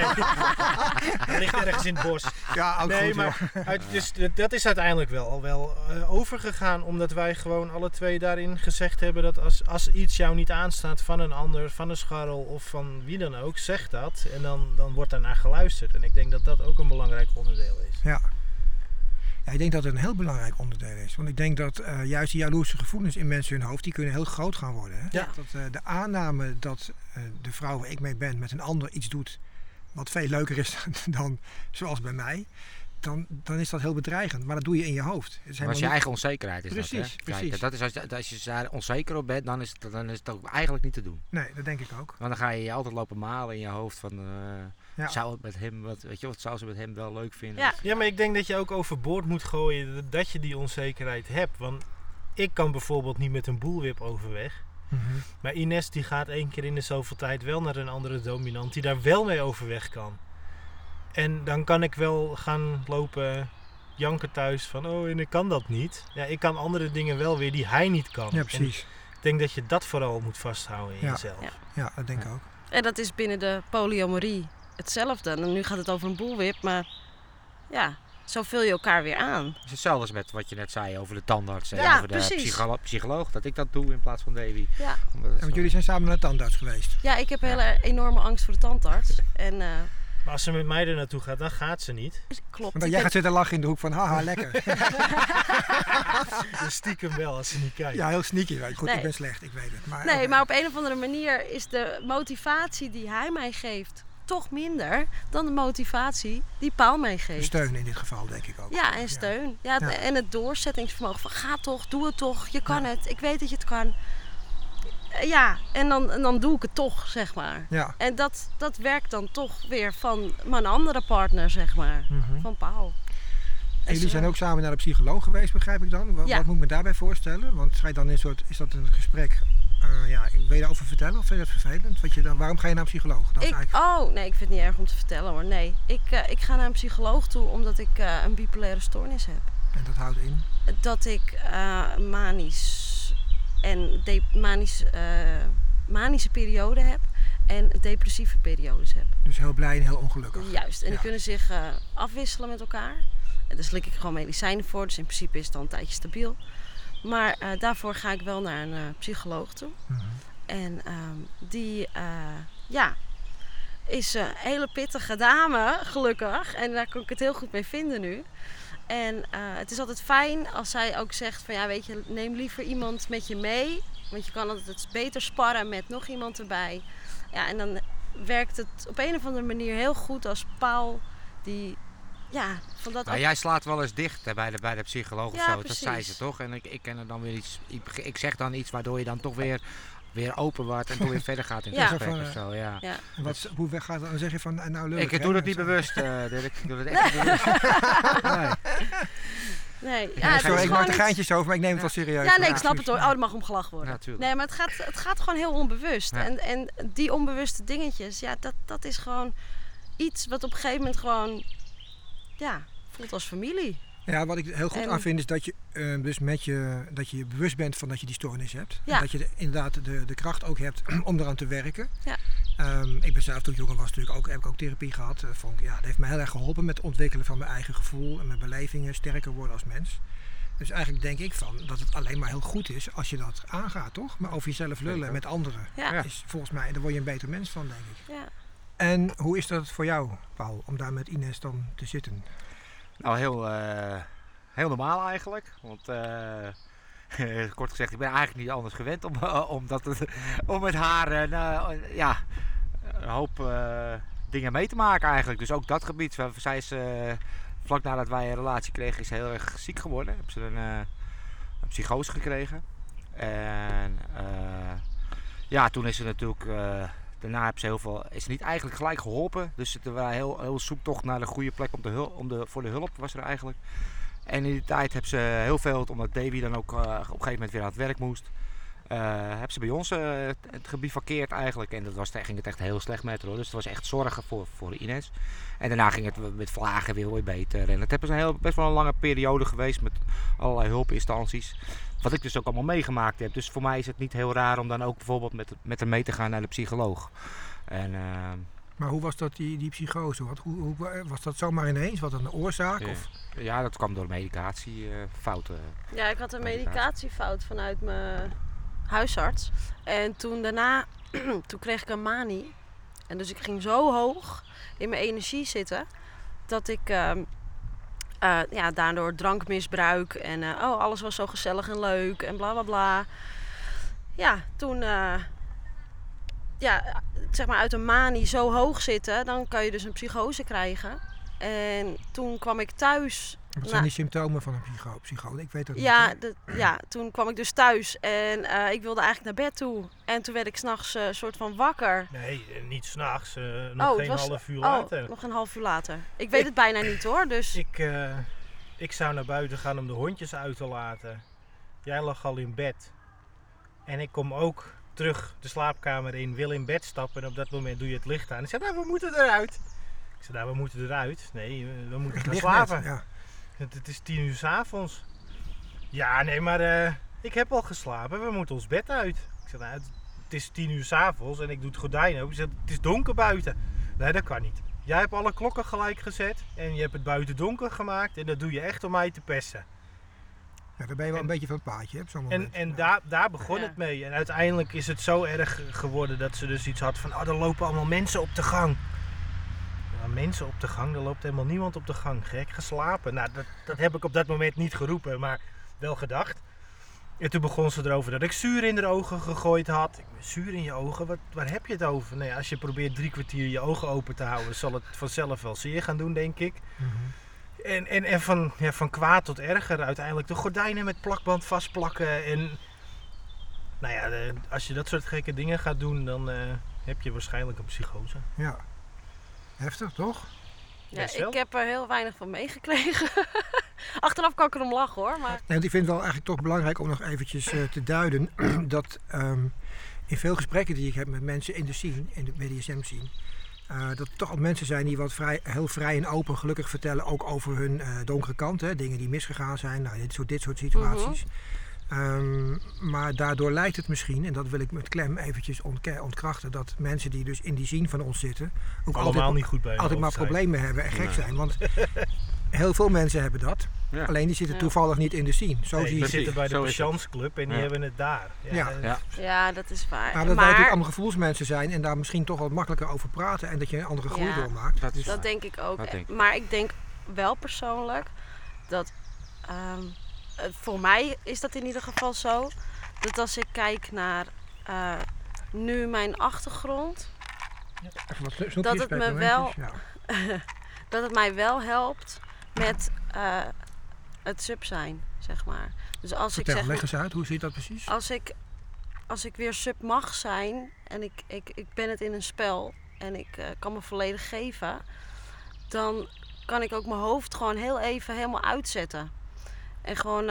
Speaker 3: Hij ligt ergens in het bos.
Speaker 1: Ja, ook
Speaker 3: Nee,
Speaker 1: goed.
Speaker 3: maar
Speaker 1: joh.
Speaker 3: dus dat is uiteindelijk wel overgegaan. Omdat wij gewoon alle twee daarin gezegd hebben dat als iets jou niet aanstaat van een ander, van een scharrel of van wie dan ook, zeg dat. En dan wordt daarnaar geluisterd. En ik denk dat dat ook een belangrijk onderdeel is.
Speaker 1: Ja. Ja, ik denk dat het een heel belangrijk onderdeel is. Want ik denk dat juist die jaloerse gevoelens in mensen hun hoofd, die kunnen heel groot gaan worden. Hè?
Speaker 3: Ja.
Speaker 1: Dat de aanname dat de vrouw waar ik mee ben met een ander iets doet wat veel leuker is dan zoals bij mij, dan is dat heel bedreigend. Maar dat doe je in je hoofd. Het is
Speaker 4: Maar als je eigen onzekerheid is
Speaker 1: Precies,
Speaker 4: dat, hè?
Speaker 1: precies.
Speaker 4: Kijk, dat is als je daar onzeker op bent, dan is het ook eigenlijk niet te doen.
Speaker 1: Nee, dat denk ik ook.
Speaker 4: Want dan ga je altijd lopen malen in je hoofd van...
Speaker 1: Ja.
Speaker 4: Zou het met hem, wat zou ze met hem wel leuk vinden?
Speaker 2: Ja.
Speaker 4: Dus-
Speaker 3: Ja, maar ik denk dat je ook overboord moet gooien dat je die onzekerheid hebt. Want ik kan bijvoorbeeld niet met een boelwip overweg.
Speaker 1: Mhm.
Speaker 3: Maar Ines die gaat 1 keer in de zoveel tijd wel naar een andere dominant die daar wel mee overweg kan. En dan kan ik wel gaan lopen janken thuis van en ik kan dat niet. Ja, ik kan andere dingen wel weer die hij niet kan.
Speaker 1: Ja,
Speaker 3: En
Speaker 1: precies.
Speaker 3: ik denk dat je dat vooral moet vasthouden in
Speaker 1: Ja.
Speaker 3: jezelf.
Speaker 2: Ja.
Speaker 1: Ja, dat denk ik ook.
Speaker 2: En dat is binnen de polyamorie hetzelfde. En nu gaat het over een boelwip, maar ja, zo vul je elkaar weer aan.
Speaker 4: Het is hetzelfde als met wat je net zei over de tandarts en
Speaker 2: Ja,
Speaker 4: over de
Speaker 2: precies.
Speaker 4: psycholoog. Dat ik dat doe in plaats van Davy.
Speaker 2: Ja.
Speaker 4: Omdat het
Speaker 1: En want
Speaker 4: zo-
Speaker 1: jullie zijn samen naar de tandarts geweest.
Speaker 2: Ja, ik heb een hele enorme angst voor de tandarts. En
Speaker 3: Maar als ze met mij er naartoe gaat, dan gaat ze niet.
Speaker 2: klopt.
Speaker 1: Want
Speaker 2: ik
Speaker 1: jij
Speaker 2: heb-
Speaker 1: gaat zitten lachen in de hoek van haha, lekker.
Speaker 3: Dus stiekem wel als ze niet kijkt.
Speaker 1: Ja, heel sneaky. Weet je. Goed,
Speaker 2: Nee.
Speaker 1: ik ben slecht, ik weet het. Maar,
Speaker 2: Nee,
Speaker 1: oké.
Speaker 2: maar op een of andere manier is de motivatie die hij mij geeft toch minder dan de motivatie die Paul mij geeft.
Speaker 1: Steun in dit geval, denk ik ook.
Speaker 2: Ja, en steun. Ja.
Speaker 1: Ja.
Speaker 2: En het doorzettingsvermogen van ga toch, doe het toch, je kan
Speaker 1: Ja.
Speaker 2: het, ik weet dat je het kan. Ja, en dan doe ik het toch, zeg maar.
Speaker 1: Ja.
Speaker 2: En dat werkt dan toch weer van mijn andere partner, zeg maar.
Speaker 1: Mhm.
Speaker 2: Van Paul.
Speaker 1: En jullie zijn ook samen naar de psycholoog geweest, begrijp ik dan? Wat,
Speaker 2: Ja.
Speaker 1: wat moet ik me daarbij voorstellen? Want ga je dan is dat een gesprek, wil je daarover vertellen of vind je dat vervelend? Waarom ga je naar een psycholoog? Dat is
Speaker 2: Nee, ik vind het niet erg om te vertellen hoor. Nee, ik ga naar een psycholoog toe omdat ik een bipolaire stoornis heb.
Speaker 1: En dat houdt in?
Speaker 2: Dat ik manische perioden heb en depressieve periodes heb.
Speaker 1: Dus heel blij en heel ongelukkig.
Speaker 2: Juist, en die
Speaker 1: Ja.
Speaker 2: kunnen zich afwisselen met elkaar. En daar slik ik gewoon medicijnen voor, dus in principe is het al een tijdje stabiel. Maar daarvoor ga ik wel naar een psycholoog toe.
Speaker 1: Mhm.
Speaker 2: En die is een hele pittige dame, gelukkig. En daar kan ik het heel goed mee vinden nu. En het is altijd fijn als zij ook zegt van ja, weet je, neem liever iemand met je mee. Want je kan altijd beter sparren met nog iemand erbij. Ja, en dan werkt het op een of andere manier heel goed als Paul die, ja, van dat
Speaker 4: Nou, jij slaat wel eens dicht hè, bij de psycholoog of
Speaker 2: Ja,
Speaker 4: zo. Dat
Speaker 2: precies.
Speaker 4: zei ze toch? En ik ken er dan weer iets. Ik zeg dan iets waardoor je dan toch weer open wordt en toch weer verder gaat in het
Speaker 2: Ja.
Speaker 4: gesprek
Speaker 1: Van,
Speaker 4: of zo. Ja.
Speaker 2: Ja.
Speaker 1: En hoe weg gaat het? Dan zeg je van, nou lullig.
Speaker 4: Ik doe dat niet bewust, Dirk. Ik doe dat echt niet bewust. Nee.
Speaker 2: Nee,
Speaker 4: Ja,
Speaker 2: het
Speaker 1: Sorry,
Speaker 2: is
Speaker 1: ik
Speaker 2: gewoon
Speaker 1: maak er
Speaker 2: iets-
Speaker 1: geintjes over, maar ik neem het wel serieus.
Speaker 2: Ja, nee, ik snap het hoor. Oh, er mag om gelachen worden.
Speaker 4: Ja, tuurlijk.
Speaker 2: Nee, maar het gaat gewoon heel onbewust.
Speaker 4: Ja.
Speaker 2: En die onbewuste dingetjes, ja, dat is gewoon iets wat op een gegeven moment gewoon, ja, voelt als familie.
Speaker 1: Ja, wat ik heel goed
Speaker 2: En-
Speaker 1: aan vind is dat je dat je bewust bent van dat je die stoornis hebt.
Speaker 2: Ja.
Speaker 1: En dat je inderdaad de kracht ook hebt om eraan te werken.
Speaker 2: Ja.
Speaker 1: Ik ben zelf toen ik jonger was heb ik ook therapie gehad. Dat heeft me heel erg geholpen met het ontwikkelen van mijn eigen gevoel en mijn belevingen, sterker worden als mens. Dus eigenlijk denk ik dat het alleen maar heel goed is als je dat aangaat, toch? Maar over jezelf lullen
Speaker 4: ook.
Speaker 1: met anderen
Speaker 2: Ja.
Speaker 4: Ja.
Speaker 1: is volgens mij, daar word je een beter mens van, denk ik.
Speaker 2: Ja.
Speaker 1: En hoe is dat voor jou, Paul, om daar met Ines dan te zitten?
Speaker 4: Nou, heel normaal eigenlijk. Want kort gezegd, ik ben eigenlijk niet anders gewend om met haar een hoop dingen mee te maken eigenlijk. Dus ook dat gebied. Zij is, vlak nadat wij een relatie kregen, is ze heel erg ziek geworden. Heb ze een psychose gekregen. En toen is ze natuurlijk... Daarna heb ze is niet eigenlijk gelijk geholpen. Dus het was heel zoektocht naar de goede plek voor de hulp was er eigenlijk. En in die tijd heb ze heel veel, omdat Davy dan ook op een gegeven moment weer aan het werk moest. Heb ze bij ons het gebivakkeerd eigenlijk. En ging het echt heel slecht met haar. Dus het was echt zorgen voor Ines. En daarna ging het met vlagen weer beter. En het is best wel een lange periode geweest met allerlei hulpinstanties. Wat ik dus ook allemaal meegemaakt heb. Dus voor mij is het niet heel raar om dan ook bijvoorbeeld met haar mee te gaan naar de psycholoog. En,
Speaker 1: Maar hoe was dat, die psychose? Hoe was dat zomaar ineens? Was dat een oorzaak?
Speaker 4: ja.
Speaker 1: Of?
Speaker 4: Ja, dat kwam door medicatiefouten.
Speaker 2: Ja, ik had een medicatiefout vanuit mijn huisarts. En toen daarna, toen kreeg ik een manie. En dus ik ging zo hoog in mijn energie zitten, dat ik daardoor drankmisbruik en alles was zo gezellig en leuk en bla bla bla. Ja, toen zeg maar uit een manie zo hoog zitten, dan kan je dus een psychose krijgen. En toen kwam ik thuis.
Speaker 1: Wat zijn die symptomen van een psychose? Ik weet dat
Speaker 2: niet. Toen kwam ik dus thuis en ik wilde eigenlijk naar bed toe. En toen werd ik 's nachts soort van wakker.
Speaker 3: Nee, niet 's nachts. Nog geen half uur later.
Speaker 2: Nog een half uur later. Ik weet het bijna niet hoor. Dus...
Speaker 3: Ik zou naar buiten gaan om de hondjes uit te laten. Jij lag al in bed. En ik kom ook terug de slaapkamer in, wil in bed stappen. En op dat moment doe je het licht aan. Ik zei, nou, we moeten eruit. Ik zei, nou, we moeten eruit. Nee, we moeten gaan slapen.
Speaker 1: Net, ja.
Speaker 3: Het is 10 uur 's avonds. Ja, nee, maar ik heb al geslapen. We moeten ons bed uit. Ik zei, nou, het is 10 uur 's avonds en ik doe het gordijn open. Ik zei, het is donker buiten. Nee, dat kan niet. Jij hebt alle klokken gelijk gezet en je hebt het buiten donker gemaakt. En dat doe je echt om mij te pesten.
Speaker 1: Ja, daar ben je wel een beetje van het paadje op zo'n moment.
Speaker 3: En daar begon het mee. En uiteindelijk is het zo erg geworden dat ze dus iets had van... er lopen allemaal mensen op de gang. Ja, mensen op de gang? Er loopt helemaal niemand op de gang. Gek geslapen. Nou, dat heb ik op dat moment niet geroepen, maar wel gedacht. En toen begon ze erover dat ik zuur in haar ogen gegooid had. Zuur in je ogen? Waar heb je het over? Nou ja, als je probeert 3 kwartier je ogen open te houden... zal het vanzelf wel zeer gaan doen, denk ik.
Speaker 1: Mm-hmm.
Speaker 3: En van kwaad tot erger uiteindelijk de gordijnen met plakband vastplakken. En nou ja, als je dat soort gekke dingen gaat doen, dan heb je waarschijnlijk een psychose.
Speaker 1: Ja, heftig toch?
Speaker 2: Ja, ik heb er heel weinig van meegekregen. Achteraf kan ik erom lachen hoor. Maar...
Speaker 1: Nee, want ik vind het wel eigenlijk toch belangrijk om nog eventjes te duiden dat in veel gesprekken die ik heb met mensen in de scene, in de BDSM-scene, dat er toch al mensen zijn die heel vrij en open gelukkig vertellen ook over hun donkere kant. Hè, dingen die misgegaan zijn, nou, dit soort situaties. Maar daardoor lijkt het misschien, en dat wil ik met klem eventjes ontkrachten, dat mensen die dus in die scene van ons zitten ook altijd maar problemen hebben en gek zijn. Want heel veel mensen hebben dat. Ja. Alleen die zitten toevallig niet in de scene.
Speaker 3: Die zitten bij de Patiëntsclub en die hebben het daar.
Speaker 2: Ja, dat is waar.
Speaker 1: Maar dat wij natuurlijk allemaal gevoelsmensen zijn en daar misschien toch wat makkelijker over praten en dat je een andere groei doormaakt.
Speaker 2: Dat denk ik ook. Maar ik denk wel persoonlijk dat voor mij is dat in ieder geval zo, dat als ik kijk naar nu mijn achtergrond, dat het me wel dat het mij wel helpt met het sub zijn, zeg maar. Dus als
Speaker 1: Vertel,
Speaker 2: ik zeg,
Speaker 1: leg eens uit, hoe zit dat precies?
Speaker 2: Als ik weer sub mag zijn en ik ben het in een spel en ik kan me volledig geven, dan kan ik ook mijn hoofd gewoon heel even helemaal uitzetten. En gewoon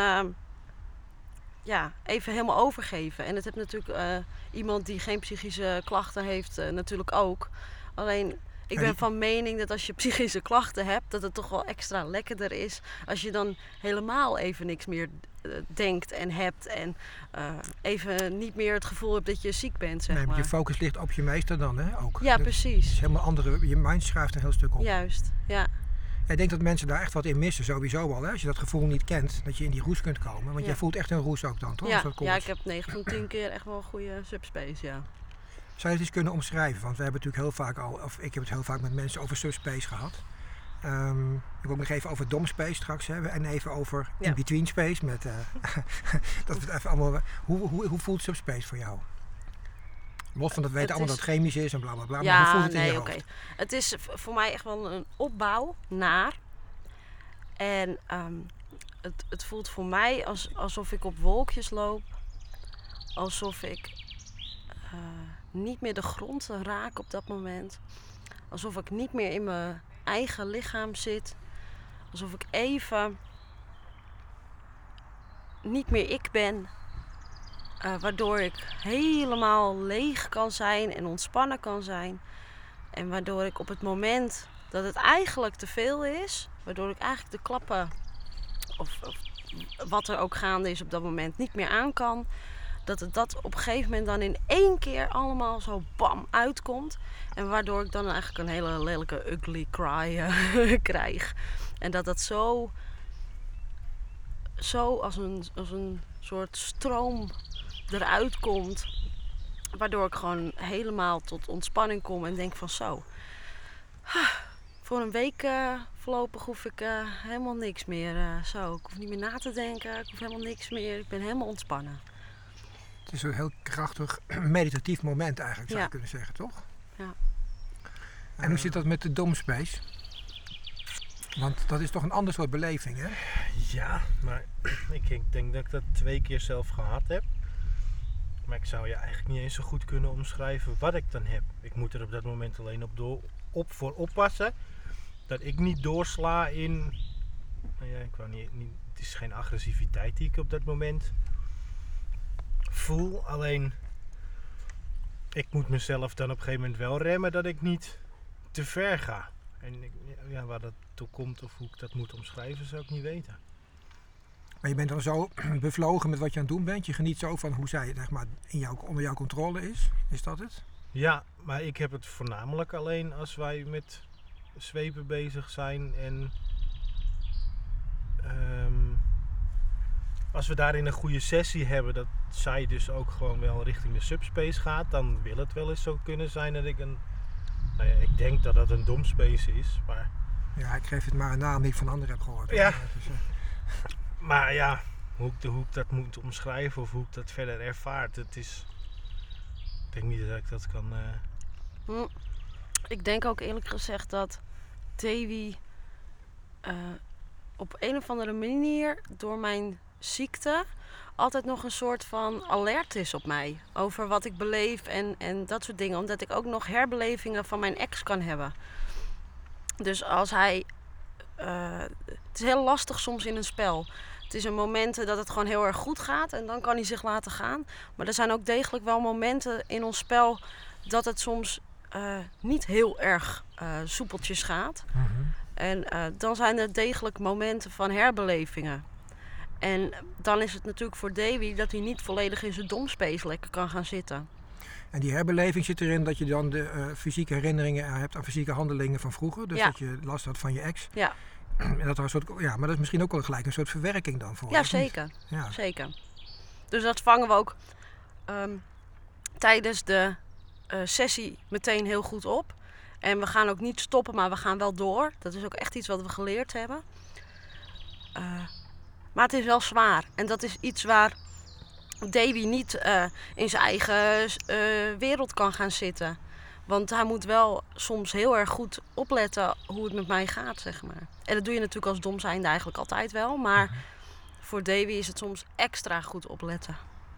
Speaker 2: even helemaal overgeven. En dat heeft natuurlijk iemand die geen psychische klachten heeft natuurlijk ook. Alleen ik ben van mening dat als je psychische klachten hebt, dat het toch wel extra lekkerder is als je dan helemaal even niks meer denkt en hebt. En even niet meer het gevoel hebt dat je ziek bent, zeg maar.
Speaker 1: Je focus ligt op je meester dan, hè? Ook.
Speaker 2: Ja, precies.
Speaker 1: Het is helemaal andere, je mind schuift een heel stuk op.
Speaker 2: Juist, ja.
Speaker 1: Ik denk dat mensen daar echt wat in missen, sowieso al. Hè? Als je dat gevoel niet kent, dat je in die roes kunt komen. Want jij voelt echt een roes ook dan, toch?
Speaker 2: Ja, ik heb 9 van 10 keer echt wel een goede subspace, ja.
Speaker 1: Zou je het eens kunnen omschrijven? Want we hebben natuurlijk heel vaak ik heb het heel vaak met mensen over subspace gehad. Ik wil nog even over domspace straks hebben en even over in-between space. Dat we even allemaal. Hoe voelt subspace voor jou? Los van dat weten allemaal dat het chemisch is en bla bla bla.
Speaker 2: Ja,
Speaker 1: maar hoe voelt het in je hoofd?
Speaker 2: Het is voor mij echt wel een opbouw naar. En het voelt voor mij alsof ik op wolkjes loop. Alsof ik niet meer de grond raak op dat moment. Alsof ik niet meer in mijn eigen lichaam zit. Alsof ik even niet meer ik ben. Waardoor ik helemaal leeg kan zijn en ontspannen kan zijn. En waardoor ik op het moment dat het eigenlijk te veel is, waardoor ik eigenlijk de klappen of wat er ook gaande is op dat moment niet meer aan kan, dat het dat op een gegeven moment dan in één keer allemaal zo bam uitkomt. En waardoor ik dan eigenlijk een hele lelijke ugly cry krijg. En dat zo als een soort stroom eruit komt, waardoor ik gewoon helemaal tot ontspanning kom en denk van zo, Voor een week voorlopig hoef ik helemaal niks meer. Zo, ik hoef niet meer na te denken, ik hoef helemaal niks meer. Ik ben helemaal ontspannen.
Speaker 1: Het is een heel krachtig meditatief moment eigenlijk, zou je
Speaker 2: Ja.
Speaker 1: kunnen zeggen, toch?
Speaker 2: Ja.
Speaker 1: En hoe zit dat met de domspace? Want dat is toch een ander soort beleving, hè?
Speaker 3: Ja, maar ik denk dat ik dat 2 keer zelf gehad heb. Maar ik zou je eigenlijk niet eens zo goed kunnen omschrijven wat ik dan heb. Ik moet er op dat moment alleen voor oppassen dat ik niet doorsla in... Nou ja, ik wou niet, het is geen agressiviteit die ik op dat moment voel. Alleen, ik moet mezelf dan op een gegeven moment wel remmen dat ik niet te ver ga. En ja, waar dat toe komt of hoe ik dat moet omschrijven, zou ik niet weten.
Speaker 1: Maar je bent dan zo bevlogen met wat je aan het doen bent. Je geniet zo van hoe zij, zeg maar, onder jouw controle is. Is dat het?
Speaker 3: Ja, maar ik heb het voornamelijk alleen als wij met zwepen bezig zijn en als we daarin een goede sessie hebben, dat zij dus ook gewoon wel richting de subspace gaat, dan wil het wel eens zo kunnen zijn dat ik ik denk dat dat een domspace is, maar...
Speaker 1: Ja, ik geef het maar een naam die ik van anderen heb gehoord.
Speaker 3: Ja.
Speaker 1: Dus,
Speaker 3: Maar ja, hoe ik dat moet omschrijven of hoe ik dat verder ervaart, het is... Ik denk niet dat ik dat kan...
Speaker 2: Ik denk ook eerlijk gezegd dat Davy op een of andere manier door mijn ziekte altijd nog een soort van alert is op mij. Over wat ik beleef en dat soort dingen. Omdat ik ook nog herbelevingen van mijn ex kan hebben. Dus als hij... het is heel lastig soms in een spel. Het is een momenten dat het gewoon heel erg goed gaat en dan kan hij zich laten gaan. Maar er zijn ook degelijk wel momenten in ons spel dat het soms niet heel erg soepeltjes gaat. En dan zijn er degelijk momenten van herbelevingen. En dan is het natuurlijk voor Davy dat hij niet volledig in zijn domspace lekker kan gaan zitten.
Speaker 1: En die herbeleving zit erin dat je dan de fysieke herinneringen hebt aan fysieke handelingen van vroeger. Dus
Speaker 2: Ja.
Speaker 1: dat je last had van je ex.
Speaker 2: Ja,
Speaker 1: En dat er een soort, ja, maar dat is misschien ook wel gelijk een soort verwerking dan voor.
Speaker 2: ja
Speaker 1: of niet?
Speaker 2: zeker.
Speaker 1: Ja.
Speaker 2: Zeker. Dus dat vangen we ook tijdens de sessie meteen heel goed op. En we gaan ook niet stoppen, maar we gaan wel door. Dat is ook echt iets wat we geleerd hebben. Maar het is wel zwaar. En dat is iets waar Davy niet in zijn eigen wereld kan gaan zitten. Want hij moet wel soms heel erg goed opletten hoe het met mij gaat, zeg maar. En dat doe je natuurlijk als dom zijnde eigenlijk altijd wel. Maar voor Davy is het soms extra goed opletten.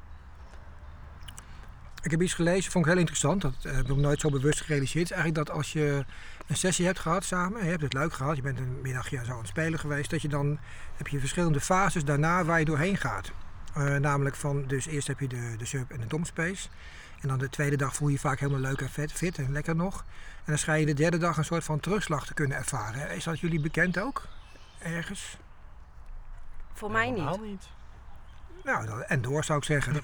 Speaker 1: Ik heb iets gelezen, vond ik heel interessant. Dat heb ik nog nooit zo bewust gerealiseerd. Het is eigenlijk dat als je een sessie hebt gehad samen, je hebt het leuk gehad, je bent een middagje zo aan het spelen geweest, dat je dan heb je verschillende fases daarna waar je doorheen gaat. Namelijk van, dus eerst heb je de sub en de domspace. En dan de tweede dag voel je je vaak helemaal leuk en fit en lekker nog. En dan schijn je de derde dag een soort van terugslag te kunnen ervaren. Is dat jullie bekend ook? Ergens?
Speaker 2: Voor mij niet.
Speaker 3: Helemaal niet.
Speaker 1: Nou, en door zou ik zeggen.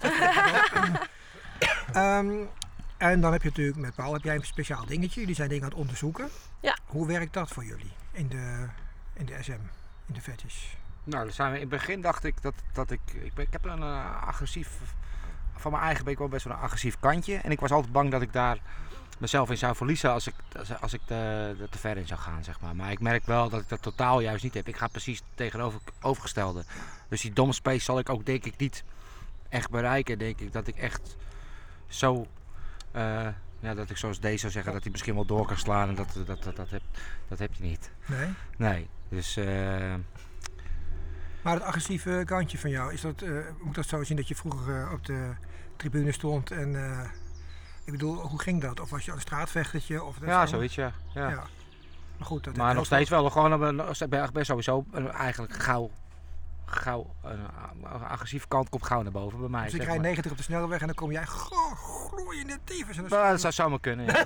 Speaker 1: En dan heb je natuurlijk met Paul heb jij een speciaal dingetje. Jullie zijn dingen aan het onderzoeken.
Speaker 2: Ja.
Speaker 1: Hoe werkt dat voor jullie in de SM, in de fetish?
Speaker 4: Nou, dan zijn we in het begin dacht ik dat ik heb een agressief, van mijn eigen ben ik wel best wel een agressief kantje. En ik was altijd bang dat ik daar mezelf in zou verliezen als ik er te ver in zou gaan, zeg maar. Maar ik merk wel dat ik dat totaal juist niet heb. Ik ga precies tegenovergestelde. Dus die domspace zal ik ook denk ik niet echt bereiken, denk ik. Dat ik echt zo, dat ik zoals deze zou zeggen, dat hij misschien wel door kan slaan. En dat heb je niet.
Speaker 1: Nee?
Speaker 4: Nee, dus...
Speaker 1: Maar het agressieve kantje van jou, is dat, moet dat zo zien dat je vroeger op de tribune stond en... ik bedoel, hoe ging dat? Of was je een straatvechtertje? Of dat
Speaker 4: ja,
Speaker 1: zo?
Speaker 4: zoiets, ja.
Speaker 1: Ja. Maar goed, dat
Speaker 4: Maar nog steeds wel gewoon, ben sowieso eigenlijk gauw agressieve kant komt gauw naar boven bij mij.
Speaker 1: Dus ik
Speaker 4: zeg
Speaker 1: rijd
Speaker 4: maar.
Speaker 1: 90 op de snelweg en dan kom jij gloeiende tyfus. En
Speaker 4: Nou, dat zou zomaar kunnen, ja.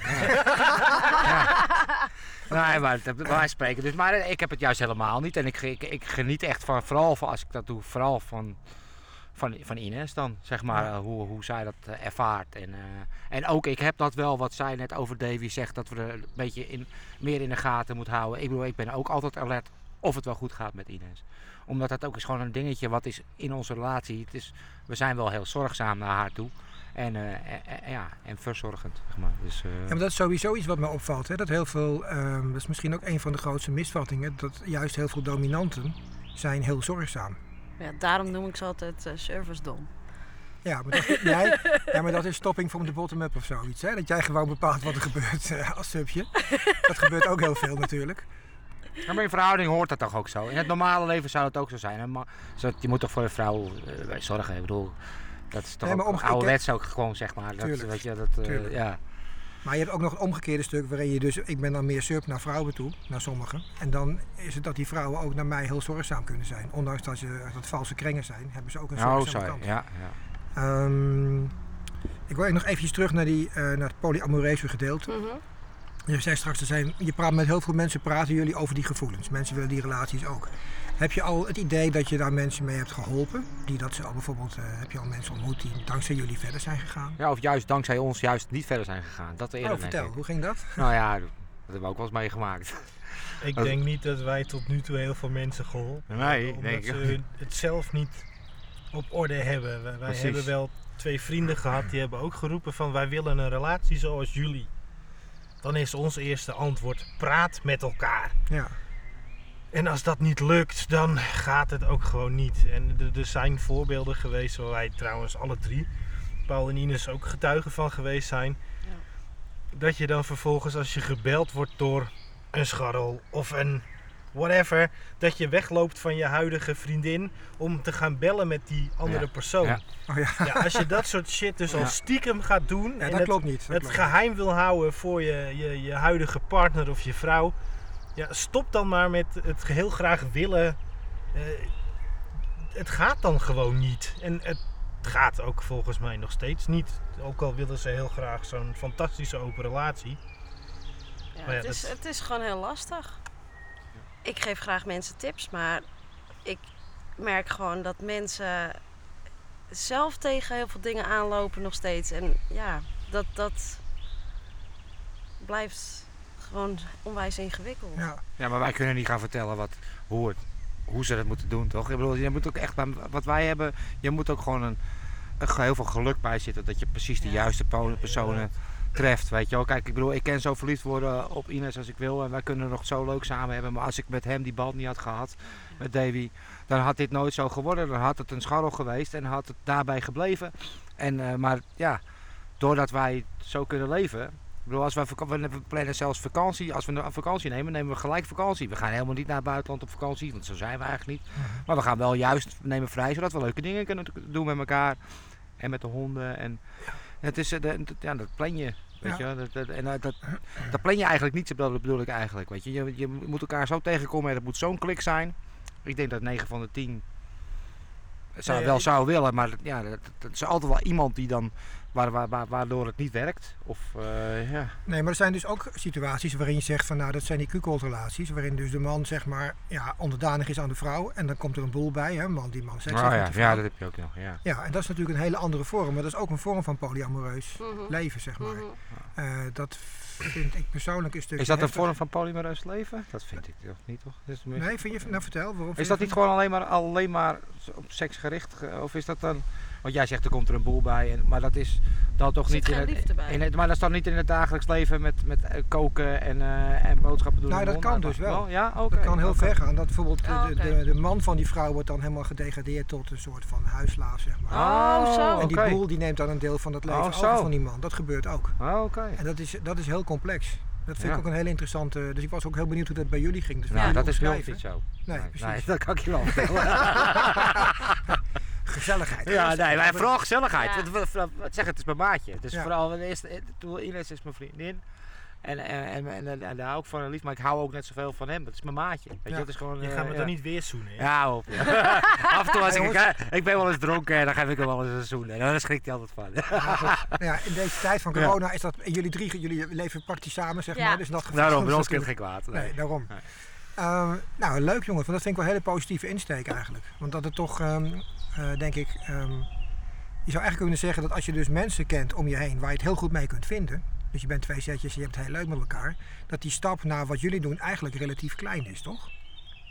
Speaker 4: Ja. Nee, maar wij spreken dus. Maar ik heb het juist helemaal niet. En ik geniet echt van, vooral van, als ik dat doe, vooral van Ines dan, zeg maar, hoe zij dat ervaart. En ook, ik heb dat wel, wat zij net over Davy zegt, dat we er een beetje meer in de gaten moeten houden. Ik bedoel, ik ben ook altijd alert of het wel goed gaat met Ines. Omdat dat ook is gewoon een dingetje wat is in onze relatie. We zijn wel heel zorgzaam naar haar toe. En verzorgend, zeg maar. Dus,
Speaker 1: Ja, maar dat is sowieso iets wat me opvalt. Hè? Dat heel veel, dat is misschien ook een van de grootste misvattingen, dat juist heel veel dominanten zijn heel zorgzaam.
Speaker 2: Ja, daarom noem ik ze altijd servicedom.
Speaker 1: Ja, maar dat is stopping from the bottom up of zoiets. Hè? Dat jij gewoon bepaalt wat er gebeurt als subje. Dat gebeurt ook heel veel natuurlijk.
Speaker 4: Maar in verhouding hoort dat toch ook zo. In het normale leven zou het ook zo zijn. Hè? Maar, je moet toch voor een vrouw zorgen. Ik bedoel, dat is toch ook ouderwets ook gewoon, zeg maar.
Speaker 1: Tuurlijk,
Speaker 4: weet je, ja.
Speaker 1: Maar je hebt ook nog het omgekeerde stuk waarin je dus, ik ben dan meer sub naar vrouwen toe, naar sommigen. En dan is het dat die vrouwen ook naar mij heel zorgzaam kunnen zijn. Ondanks dat dat valse krengen zijn, hebben ze ook een zorgzame kant.
Speaker 4: Ja.
Speaker 1: Ik wil nog eventjes terug naar het polyamoreuze gedeelte.
Speaker 2: Mm-hmm.
Speaker 1: Je zei straks, je praat met heel veel mensen, praten jullie over die gevoelens. Mensen willen die relaties ook. Heb je al het idee dat je daar mensen mee hebt geholpen? Heb je al mensen ontmoet die dankzij jullie verder zijn gegaan?
Speaker 4: Ja, of juist dankzij ons juist niet verder zijn gegaan. Dat eerder,
Speaker 1: vertel, hoe ging dat?
Speaker 4: Nou ja, dat hebben we ook wel eens meegemaakt.
Speaker 3: Ik denk niet dat wij tot nu toe heel veel mensen geholpen
Speaker 4: Nee,
Speaker 3: omdat
Speaker 4: denk ik
Speaker 3: ze het zelf niet op orde hebben. Wij hebben wel 2 vrienden gehad die hebben ook geroepen van wij willen een relatie zoals jullie. Dan is ons eerste antwoord, praat met elkaar.
Speaker 1: Ja.
Speaker 3: En als dat niet lukt, dan gaat het ook gewoon niet. En er zijn voorbeelden geweest waar wij trouwens alle 3, Paul en Ines, ook getuigen van geweest zijn.
Speaker 2: Ja.
Speaker 3: Dat je dan vervolgens, als je gebeld wordt door een scharrel of een whatever, dat je wegloopt van je huidige vriendin om te gaan bellen met die andere persoon.
Speaker 4: Ja.
Speaker 1: Oh, ja.
Speaker 3: Ja, als je dat soort shit dus al stiekem gaat doen
Speaker 1: Ja,
Speaker 3: en
Speaker 1: dat klopt niet.
Speaker 3: het geheim wil houden voor je huidige partner of je vrouw, ja, stop dan maar met het heel graag willen. Het gaat dan gewoon niet. En het gaat ook volgens mij nog steeds niet. Ook al willen ze heel graag zo'n fantastische open relatie.
Speaker 2: Ja,
Speaker 3: Maar ja,
Speaker 2: het is gewoon heel lastig. Ik geef graag mensen tips, maar ik merk gewoon dat mensen zelf tegen heel veel dingen aanlopen nog steeds. En ja, dat blijft gewoon onwijs ingewikkeld.
Speaker 1: Ja.
Speaker 4: Maar wij kunnen niet gaan vertellen hoe ze dat moeten doen, toch? Ik bedoel, je moet ook echt, wat wij hebben, je moet ook gewoon heel veel geluk bij zitten dat je precies de juiste personen treft, weet je wel. Kijk, ik bedoel, ik kan zo verliefd worden op Ines als ik wil en wij kunnen nog zo leuk samen hebben, maar als ik met hem die band niet had gehad, met Davy, dan had dit nooit zo geworden, dan had het een scharrel geweest en had het daarbij gebleven. Maar ja, doordat wij zo kunnen leven, ik bedoel, als we plannen zelfs vakantie, als we een vakantie nemen we gelijk vakantie. We gaan helemaal niet naar het buitenland op vakantie, want zo zijn we eigenlijk niet. Maar we gaan wel juist nemen vrij, zodat we leuke dingen kunnen doen met elkaar en met de honden. En het is, dat plan je. Weet je, dat plan je eigenlijk niet, dat bedoel ik eigenlijk. Weet je. Je moet elkaar zo tegenkomen en het moet zo'n klik zijn. Ik denk dat 9 van de 10 zou willen, maar ja, dat is altijd wel iemand die dan waardoor het niet werkt.
Speaker 1: Nee, maar er zijn dus ook situaties waarin je zegt van nou, dat zijn die cuckoldrelaties, waarin dus de man zeg maar onderdanig is aan de vrouw en dan komt er een boel bij, hè, die man seks heeft met de vrouw.
Speaker 4: Ja, dat heb je ook nog. Ja.
Speaker 1: Ja, en dat is natuurlijk een hele andere vorm, maar dat is ook een vorm van polyamoreus
Speaker 2: Mm-hmm.
Speaker 1: leven, zeg maar. Dat vind ik persoonlijk een stukje
Speaker 4: Is dat een
Speaker 1: heftig.
Speaker 4: vorm van polymereus leven? Dat vind ik toch niet, toch?
Speaker 1: Nee, vind je? Nou, vertel. Waarom
Speaker 4: Is dat niet gewoon alleen maar op seks gericht? Of is dat dan... Want jij zegt er komt er een boel bij, maar dat is dan toch niet maar dat is dan niet in het dagelijks leven met koken en boodschappen doen?
Speaker 1: Nou, dat kan dus wel.
Speaker 4: Ja?
Speaker 1: Dat kan heel ver gaan. Dat bijvoorbeeld de man van die vrouw wordt dan helemaal gedegradeerd tot een soort van huisslaaf, zeg maar.
Speaker 2: Oh, zo.
Speaker 1: En die boel die neemt dan een deel van het leven over van die man. Dat gebeurt ook.
Speaker 4: Oké.
Speaker 1: En dat is heel complex. Dat vind ik ook een hele interessante... Dus ik was ook heel benieuwd hoe dat bij jullie ging. Dus
Speaker 4: dat is wel niet zo.
Speaker 1: Nee, precies.
Speaker 4: Nee, dat kan ik je wel vertellen.
Speaker 1: Gezelligheid.
Speaker 4: Ja, nee, maar vooral gezelligheid.
Speaker 2: Ja.
Speaker 4: Zeg het is mijn maatje. Het is vooral Ines is mijn vriendin. En daar hou ik van en lief, maar ik hou ook net zoveel van hem. Het is mijn maatje. Weet je, het is gewoon,
Speaker 3: je gaat me dan niet weer zoenen. Hè?
Speaker 4: Ja, op. Af en toe als ik ben wel eens dronken en dan geef ik hem wel eens een zoen. En daar schrikt hij altijd van.
Speaker 1: Ja, in deze tijd van corona is dat... Jullie leven praktisch samen, zeg maar. Dus dat
Speaker 4: daarom, bij ons kent geen kwaad.
Speaker 1: Nee, daarom. Nou, leuk jongens, want dat vind ik wel een hele positieve insteek eigenlijk. Want dat het toch, denk ik... je zou eigenlijk kunnen zeggen dat als je dus mensen kent om je heen waar je het heel goed mee kunt vinden... Dus je bent 2 setjes, je hebt het heel leuk met elkaar. Dat die stap naar wat jullie doen eigenlijk relatief klein is, toch?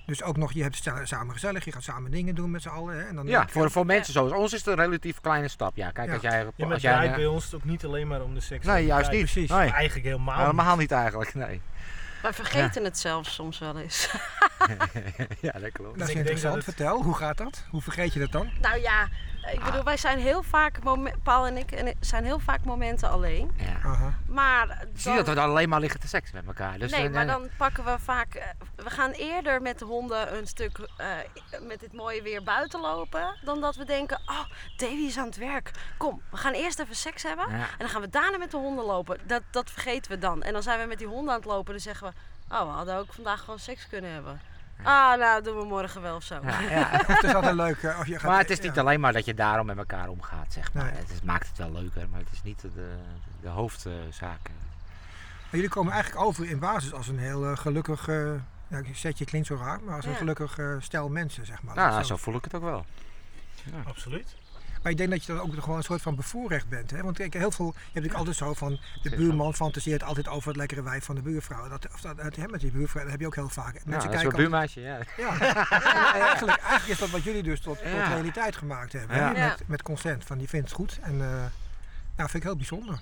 Speaker 1: Dus ook nog, je hebt samen gezellig, je gaat samen dingen doen met z'n allen. Hè? En dan
Speaker 4: Ja, voor mensen zoals ons is het een relatief kleine stap. Ja, kijk,
Speaker 1: Ja.
Speaker 4: als jij...
Speaker 3: Ja, maar
Speaker 4: als
Speaker 3: het
Speaker 4: jij
Speaker 3: draait bij ons ook niet alleen maar om de seksualiteit.
Speaker 4: nee, juist niet.
Speaker 1: Precies.
Speaker 4: Nee.
Speaker 3: Eigenlijk helemaal
Speaker 4: Niet eigenlijk, nee.
Speaker 2: Wij vergeten het zelfs soms wel eens.
Speaker 4: Ja, dat klopt.
Speaker 1: Dat is
Speaker 3: ik denk
Speaker 1: interessant.
Speaker 3: dat het-
Speaker 1: Vertel, hoe gaat dat? Hoe vergeet je dat dan?
Speaker 2: Nou ja, ik bedoel, wij zijn heel vaak, Paul en ik zijn heel vaak momenten alleen.
Speaker 4: Ja.
Speaker 1: Aha.
Speaker 2: Maar
Speaker 4: Zie je dat we dan alleen maar liggen te seks met elkaar. Dus
Speaker 2: nee, maar dan pakken we vaak... we gaan eerder met de honden een stuk met dit mooie weer buiten lopen... dan dat we denken, oh, Davy is aan het werk. Kom, we gaan eerst even seks hebben...
Speaker 4: Ja.
Speaker 2: en dan gaan we daarna met de honden lopen. Dat vergeten we dan. En dan zijn we met die honden aan het lopen... dan zeggen we, oh, we hadden ook vandaag gewoon seks kunnen hebben. Ah, nou, doen we morgen wel of zo.
Speaker 4: Ja.
Speaker 1: Of het is altijd leuk of je gaat...
Speaker 4: Maar het is niet alleen maar dat je daarom met elkaar omgaat, zeg maar.
Speaker 1: Nee.
Speaker 4: Het maakt het wel leuker, maar het is niet de hoofdzaak.
Speaker 1: Maar jullie komen eigenlijk over in basis als een heel gelukkig... ja, setje klinkt zo raar, maar als een
Speaker 2: Ja.
Speaker 1: gelukkig stel mensen, zeg maar.
Speaker 4: Nou, zo voel ik het ook wel.
Speaker 3: Absoluut.
Speaker 1: Maar ik denk dat je dan ook gewoon een soort van bevoorrecht bent. Hè? Want kijk, heel veel, je hebt natuurlijk altijd zo van... de buurman fantaseert altijd over het lekkere wijf van de buurvrouw. Met die buurvrouw, dat heb je ook heel vaak.
Speaker 4: Ja,
Speaker 1: Mensen
Speaker 4: dat is mijn
Speaker 1: kijken
Speaker 4: buurmeisje, ja.
Speaker 1: ja. En eigenlijk is dat wat jullie dus tot realiteit gemaakt hebben.
Speaker 4: Ja.
Speaker 1: Hè?
Speaker 2: Ja.
Speaker 1: Met consent, van die vindt het goed. En nou, vind ik heel bijzonder.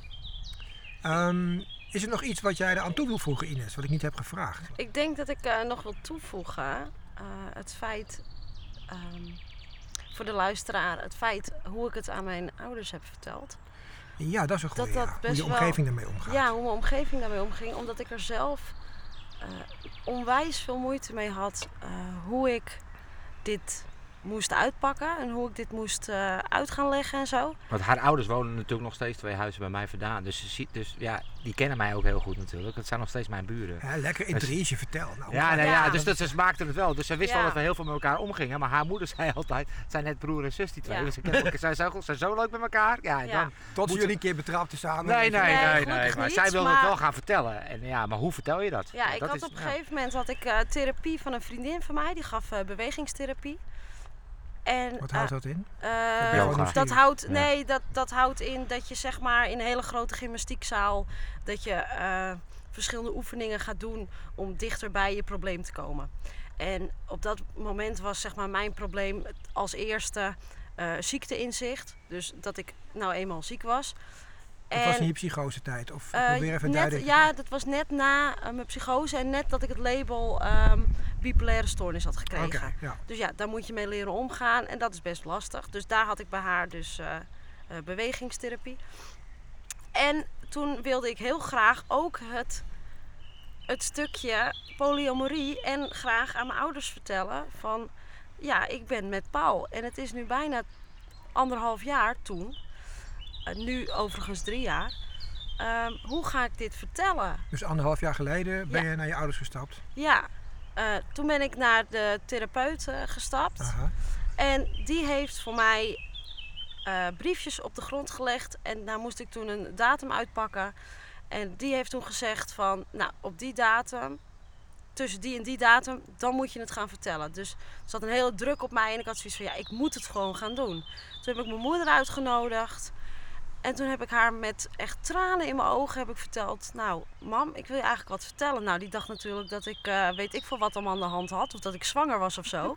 Speaker 1: Is er nog iets wat jij eraan toe wil voegen, Ines, wat ik niet heb gevraagd?
Speaker 2: Ik denk dat ik nog wil toevoegen... het feit... voor de luisteraar, het feit hoe ik het aan mijn ouders heb verteld.
Speaker 1: Ja, dat is een goede.
Speaker 2: Dat
Speaker 1: Hoe
Speaker 2: best
Speaker 1: je
Speaker 2: wel-
Speaker 1: omgeving daarmee omgaat.
Speaker 2: Ja, hoe mijn omgeving daarmee omging. Omdat ik er zelf onwijs veel moeite mee had hoe ik dit moest uitpakken. En hoe ik dit moest uit gaan leggen en zo.
Speaker 4: Want haar ouders wonen natuurlijk nog steeds 2 huizen bij mij vandaan. Dus ja, die kennen mij ook heel goed natuurlijk. Het zijn nog steeds mijn buren.
Speaker 1: Ja, lekker intrige, vertel. Nou,
Speaker 4: Ja,
Speaker 1: hoe-
Speaker 2: Ja.
Speaker 4: dus ze maakten het wel. Dus ze wist
Speaker 2: Ja.
Speaker 4: wel dat we heel veel met elkaar omgingen. Maar haar moeder zei altijd, het zijn net broer en zus die twee.
Speaker 2: Ja.
Speaker 4: Dus ze zijn zo leuk met elkaar. Ja, en
Speaker 2: Ja.
Speaker 4: dan...
Speaker 1: Tot
Speaker 4: Moet-
Speaker 1: jullie een keer betrapten samen.
Speaker 4: Nee.
Speaker 2: gelukkig
Speaker 4: Maar
Speaker 2: niet,
Speaker 4: zij wilde het
Speaker 2: maar-
Speaker 4: wel gaan vertellen. En ja, maar hoe vertel je dat?
Speaker 2: Ja, ik
Speaker 4: dat
Speaker 2: had
Speaker 4: is-
Speaker 2: op een gegeven moment had ik therapie van een vriendin van mij. Die gaf bewegingstherapie. En,
Speaker 1: Wat houdt dat in?
Speaker 4: Yoga.
Speaker 2: Dat houdt,
Speaker 4: Ja.
Speaker 2: nee, dat houdt in dat je zeg maar in een hele grote gymnastiekzaal dat je verschillende oefeningen gaat doen om dichter bij je probleem te komen. En op dat moment was zeg maar mijn probleem als eerste ziekteinzicht. Dus dat ik nou eenmaal ziek was.
Speaker 1: Dat was in je psychosetijd? Of probeer even
Speaker 2: net,
Speaker 1: duidelijk...
Speaker 2: ja, dat was net na mijn psychose en net dat ik het label bipolaire stoornis had gekregen.
Speaker 1: Oké, ja.
Speaker 2: Dus ja, daar moet je mee leren omgaan en dat is best lastig. Dus daar had ik bij haar dus bewegingstherapie. En toen wilde ik heel graag ook het stukje polyamorie en graag aan mijn ouders vertellen van... Ja, ik ben met Paul en het is nu bijna 1,5 jaar toen. Nu overigens 3 jaar. Hoe ga ik dit vertellen?
Speaker 1: Dus 1,5 jaar geleden ben je naar je ouders gestapt?
Speaker 2: Ja, toen ben ik naar de therapeut gestapt.
Speaker 1: Aha.
Speaker 2: En die heeft voor mij briefjes op de grond gelegd. En daar moest ik toen een datum uitpakken. En die heeft toen gezegd van, nou, op die datum, tussen die en die datum, dan moet je het gaan vertellen. Dus er zat een hele druk op mij en ik had zoiets van, ja, ik moet het gewoon gaan doen. Toen heb ik mijn moeder uitgenodigd. En toen heb ik haar met echt tranen in mijn ogen heb ik verteld... Nou, mam, ik wil je eigenlijk wat vertellen. Nou, die dacht natuurlijk dat ik weet ik veel wat allemaal aan de hand had. Of dat ik zwanger was of zo.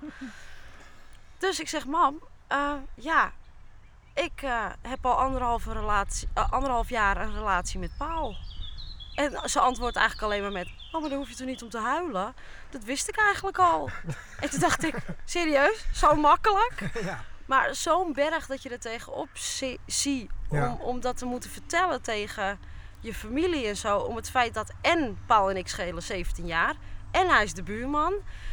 Speaker 2: Dus ik zeg, mam, ja, ik heb al 1,5 jaar een relatie met Paul. En ze antwoordt eigenlijk alleen maar met... Oh, maar daar hoef je toch niet om te huilen? Dat wist ik eigenlijk al. En toen dacht ik, serieus? Zo makkelijk?
Speaker 1: Ja.
Speaker 2: Maar zo'n berg dat je er tegenop ziet
Speaker 1: Ja.
Speaker 2: om dat te moeten vertellen tegen je familie en zo. Om het feit dat en Paul en ik schelen 17 jaar en hij is de buurman.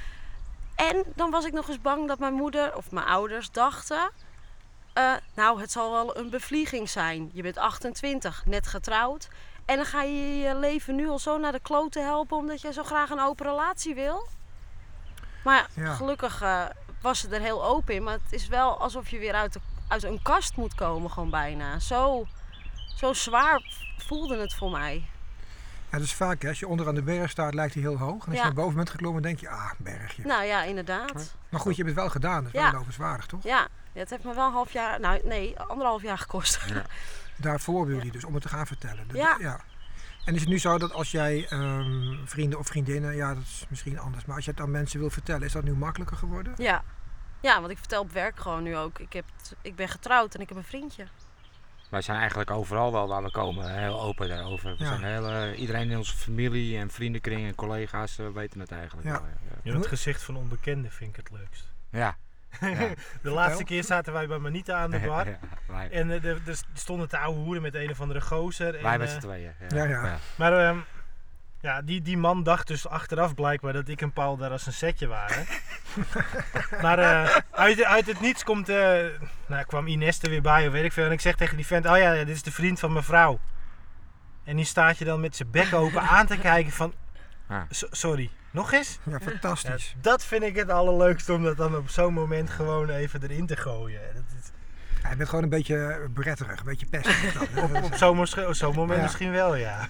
Speaker 2: En dan was ik nog eens bang dat mijn moeder of mijn ouders dachten... nou, het zal wel een bevlieging zijn. Je bent 28, net getrouwd. En dan ga je je leven nu al zo naar de kloten helpen omdat je zo graag een open relatie wil. Maar
Speaker 1: Ja.
Speaker 2: gelukkig was ze er heel open in. Maar het is wel alsof je weer uit een kast moet komen, gewoon bijna. Zo zwaar voelde het voor mij.
Speaker 1: Ja, dat is vaak, hè. Als je onderaan de berg staat, lijkt hij heel hoog. En als je
Speaker 2: Ja.
Speaker 1: naar boven bent geklommen, denk je, een bergje.
Speaker 2: Nou ja, inderdaad.
Speaker 1: Maar goed, je hebt het wel gedaan. Dat is
Speaker 2: Ja.
Speaker 1: wel lovenswaardig, toch?
Speaker 2: Ja, het heeft me wel 1,5 jaar, nou nee, 1,5 jaar gekost.
Speaker 4: Ja.
Speaker 1: Daarvoor wil je dus, om het te gaan vertellen.
Speaker 2: Ja.
Speaker 1: En is het nu zo dat als jij vrienden of vriendinnen, ja dat is misschien anders, maar als je het aan mensen wil vertellen, is dat nu makkelijker geworden?
Speaker 2: Ja. Ja, want ik vertel op werk gewoon nu ook. Ik ben getrouwd en ik heb een vriendje.
Speaker 4: Wij zijn eigenlijk overal wel waar we komen heel open daarover. We
Speaker 1: Ja.
Speaker 4: zijn iedereen in onze familie en vriendenkring en collega's weten het eigenlijk
Speaker 1: Ja.
Speaker 4: wel.
Speaker 3: Ja, het gezicht van onbekenden vind ik het leukst.
Speaker 4: Ja. Ja.
Speaker 3: De laatste keer zaten wij bij Manita aan de bar.
Speaker 4: Ja, wij
Speaker 3: En er stonden te ouwe hoeren met een of andere gozer. En,
Speaker 4: met z'n tweeën.
Speaker 1: Ja.
Speaker 3: Maar die man dacht dus achteraf blijkbaar dat ik en Paul daar als een setje waren. Maar uit het niets kwam Ines er weer bij of weet ik veel. En ik zeg tegen die vent, oh ja, dit is de vriend van mijn vrouw. En die staat je dan met zijn bek open aan te kijken van,
Speaker 4: Ja.
Speaker 3: sorry, nog eens?
Speaker 1: Ja,
Speaker 3: Ja,
Speaker 1: fantastisch.
Speaker 3: dat vind ik het allerleukste om dat dan op zo'n moment gewoon even erin te gooien. Dat is,
Speaker 1: Ja, je bent gewoon een beetje bretterig, een beetje pestig dan. hè. Dat is-
Speaker 3: op zo'n moment
Speaker 1: Ja.
Speaker 3: misschien wel, ja.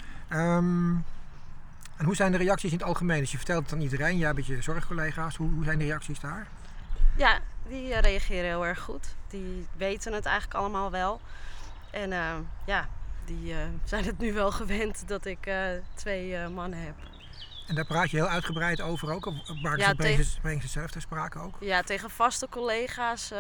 Speaker 1: En hoe zijn de reacties in het algemeen? Dus je vertelt het aan iedereen, jij bent je zorgcollega's, hoe zijn de reacties daar?
Speaker 2: Ja, die reageren heel erg goed. Die weten het eigenlijk allemaal wel. En die zijn het nu wel gewend dat ik 2 mannen heb.
Speaker 1: En daar praat je heel uitgebreid over ook? Of
Speaker 2: Ja,
Speaker 1: brengen ze zelf ter sprake ook?
Speaker 2: Ja, tegen vaste collega's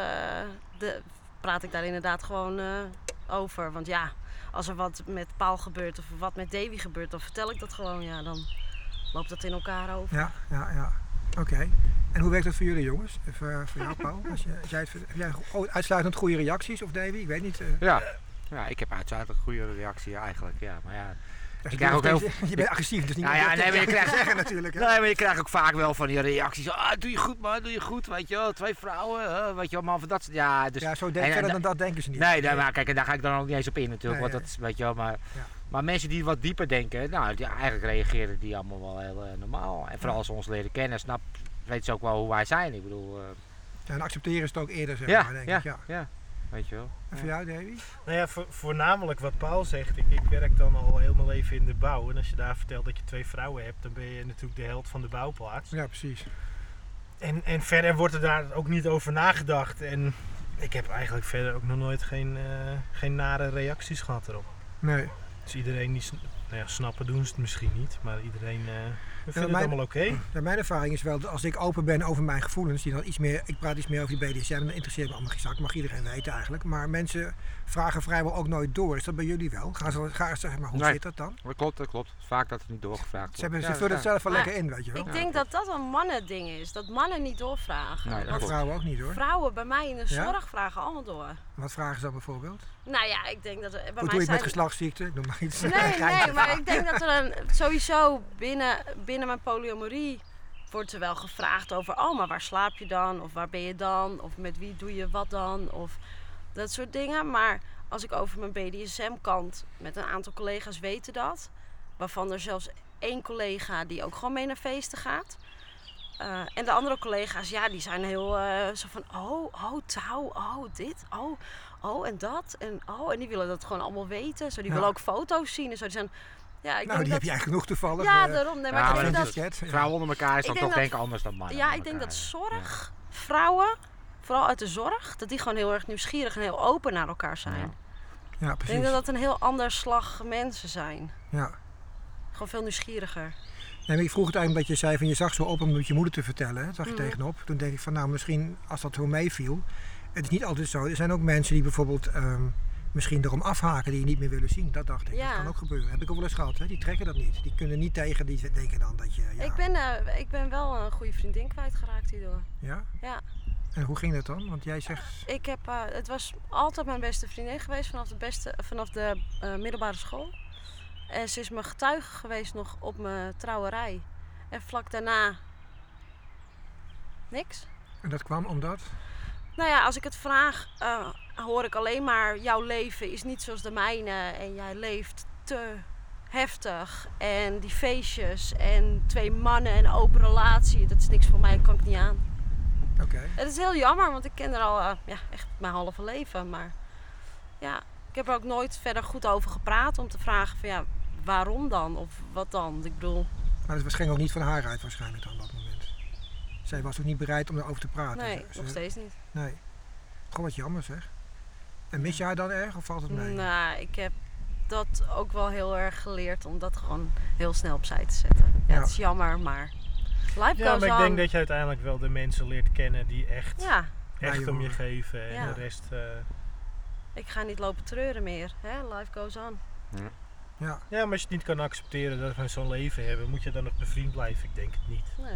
Speaker 2: praat ik daar inderdaad gewoon over. Want ja, als er wat met Paul gebeurt of wat met Davy gebeurt, dan vertel ik dat gewoon. Ja, dan loopt dat in elkaar over.
Speaker 1: Ja. Oké. En hoe werkt dat voor jullie jongens? Even voor jou Paul. Heb jij uitsluitend goede reacties of Davy? Ik weet niet.
Speaker 4: Ja, ik heb uitsluitend een goede reactie eigenlijk. Ja, maar ja.
Speaker 1: Ik
Speaker 4: krijg ook heel
Speaker 1: Je bent agressief, dus niet
Speaker 4: Nou ja,
Speaker 1: meer
Speaker 4: nee, maar je krijgt
Speaker 1: zeggen natuurlijk. Hè?
Speaker 4: Nee, maar je krijgt ook vaak wel van die reacties. Doe je goed man, doe je goed. Weet je wel, 2 vrouwen, weet je wel, man van dat soort. Ja, dus,
Speaker 1: Ja, zo
Speaker 4: en-
Speaker 1: verder
Speaker 4: en-
Speaker 1: dan dat denken ze niet.
Speaker 4: Nee, maar kijk, en daar ga ik dan ook niet eens op in natuurlijk.
Speaker 1: Nee,
Speaker 4: Want dat is, weet je wel, maar,
Speaker 1: Ja.
Speaker 4: maar mensen die wat dieper denken, nou, eigenlijk reageren die allemaal wel heel normaal. En vooral als ze ons leren kennen, weten ze ook wel hoe wij zijn. Ik bedoel,
Speaker 1: Ja, en accepteren ze het ook eerder, zeg maar, denk ik.
Speaker 4: ja, weet je wel.
Speaker 1: En voor jou, Davy?
Speaker 3: Nou ja, voornamelijk wat Paul zegt. Ik werk dan al heel mijn leven in de bouw. En als je daar vertelt dat je 2 vrouwen hebt, dan ben je natuurlijk de held van de bouwplaats.
Speaker 1: Ja, precies.
Speaker 3: En verder wordt er daar ook niet over nagedacht. En ik heb eigenlijk verder ook nog nooit geen nare reacties gehad erop.
Speaker 1: Nee.
Speaker 3: Dus iedereen die snappen doen ze het misschien niet. Maar iedereen vindt het
Speaker 1: mijn-
Speaker 3: allemaal oké.
Speaker 1: Ja, mijn ervaring is wel dat als ik open ben over mijn gevoelens, ik praat iets meer over die BDSM, dan interesseert me allemaal geen zak, mag iedereen weten eigenlijk. Maar mensen vragen vrijwel ook nooit door. Is dat bij jullie wel? Gaan ze zeg maar, hoe
Speaker 4: Nee.
Speaker 1: zit dat dan?
Speaker 4: Dat klopt. Vaak dat het niet doorgevraagd
Speaker 1: Ze
Speaker 4: wordt.
Speaker 1: vullen het zelf wel
Speaker 2: Maar
Speaker 1: lekker in, weet je wel.
Speaker 2: Ik denk dat dat een mannending is. Dat mannen niet doorvragen.
Speaker 4: Nee, dat
Speaker 1: Maar
Speaker 2: Want
Speaker 1: vrouwen ook niet hoor.
Speaker 2: vrouwen bij mij in de
Speaker 1: Ja?
Speaker 2: zorg vragen allemaal door.
Speaker 1: Wat vragen ze dan bijvoorbeeld?
Speaker 2: Nou ja, ik denk dat er bij
Speaker 1: Hoe
Speaker 2: mij
Speaker 1: doe je het
Speaker 2: zijn...
Speaker 1: met geslachtsziekten? Ik noem maar iets.
Speaker 2: Nee, maar ik denk dat er sowieso binnen mijn polyamorie wordt er wel gevraagd over, oh, maar waar slaap je dan? Of waar ben je dan? Of met wie doe je wat dan? Of dat soort dingen. Maar als ik over mijn BDSM-kant, met een aantal collega's weten dat, waarvan er zelfs 1 collega die ook gewoon mee naar feesten gaat. En de andere collega's, ja, die zijn heel zo van, touw, dit, en dat. En die willen dat gewoon allemaal weten. Zo, die
Speaker 1: Ja.
Speaker 2: willen ook foto's zien en zo. Die zijn, ja, ik
Speaker 1: Nou,
Speaker 2: denk
Speaker 1: die
Speaker 2: dat...
Speaker 1: heb jij genoeg toevallig.
Speaker 2: Ja, daarom. Nee, maar
Speaker 4: Ja,
Speaker 2: ik
Speaker 4: maar
Speaker 2: denk
Speaker 4: dat
Speaker 2: dat...
Speaker 1: Chat, ja.
Speaker 4: Vrouwen onder elkaar is
Speaker 2: Ik
Speaker 4: dan
Speaker 2: denk
Speaker 4: toch
Speaker 2: dat-
Speaker 4: denken anders dan mannen.
Speaker 2: Ja,
Speaker 4: onder
Speaker 2: ik denk
Speaker 4: elkaar,
Speaker 2: dat
Speaker 4: ja.
Speaker 2: zorg, vrouwen, vooral uit de zorg, dat die gewoon heel erg nieuwsgierig en heel open naar elkaar zijn.
Speaker 4: Ja.
Speaker 1: Ja,
Speaker 2: Ik
Speaker 1: precies.
Speaker 2: denk dat dat een heel ander slag mensen zijn.
Speaker 1: Ja.
Speaker 2: Gewoon veel nieuwsgieriger.
Speaker 1: Nee, maar ik vroeg het eigenlijk dat je zei van je zag zo op om met je moeder te vertellen. Hè? Zag je
Speaker 2: Mhm.
Speaker 1: tegenop. Toen denk ik van nou misschien als dat zo meeviel. Het is niet altijd zo. Er zijn ook mensen die bijvoorbeeld misschien erom afhaken die je niet meer willen zien. Dat dacht ik.
Speaker 2: Ja.
Speaker 1: Dat kan ook gebeuren. Heb ik ook wel eens gehad. Hè? Die trekken dat niet. Die kunnen niet tegen. Die denken dan dat je... Ja.
Speaker 2: Ik ben wel een goede vriendin kwijtgeraakt hierdoor.
Speaker 1: Ja?
Speaker 2: Ja.
Speaker 1: En hoe ging dat dan? Want jij zegt...
Speaker 2: Het was altijd mijn beste vriendin geweest vanaf de middelbare school. En ze is mijn getuige geweest nog op mijn trouwerij. En vlak daarna niks.
Speaker 1: En dat kwam omdat...
Speaker 2: Nou ja, als ik het vraag, hoor ik alleen maar jouw leven is niet zoals de mijne. En jij leeft te heftig. En die feestjes en 2 mannen en een open relatie. Dat is niks voor mij, dat kan ik niet aan.
Speaker 1: Oké.
Speaker 2: Het is heel jammer, want ik ken er al echt mijn halve leven. Maar ja, ik heb er ook nooit verder goed over gepraat om te vragen van ja, waarom dan? Of wat dan? Ik bedoel,
Speaker 1: Maar dat ging ook niet van haar uit waarschijnlijk dan op dat moment. Zij was ook niet bereid om erover te praten.
Speaker 2: nee, nog steeds niet.
Speaker 1: Nee. Gewoon wat jammer zeg. En mis je haar dan erg of valt het mee?
Speaker 2: Nou, dat ook wel heel erg geleerd om dat gewoon heel snel opzij te zetten. Ja,
Speaker 1: Ja.
Speaker 2: het is jammer, maar life
Speaker 3: Ja,
Speaker 2: goes
Speaker 3: maar ik
Speaker 2: on.
Speaker 3: denk dat je uiteindelijk wel de mensen leert kennen die echt
Speaker 1: Ja,
Speaker 3: om je
Speaker 1: joh.
Speaker 3: geven. En
Speaker 2: Ja.
Speaker 3: de rest...
Speaker 2: Ik ga niet lopen treuren meer. Hè? Life goes on.
Speaker 1: Ja.
Speaker 3: Ja, maar als je het niet kan accepteren dat we zo'n leven hebben, moet je dan nog bevriend blijven? Ik denk het niet.
Speaker 2: Nee.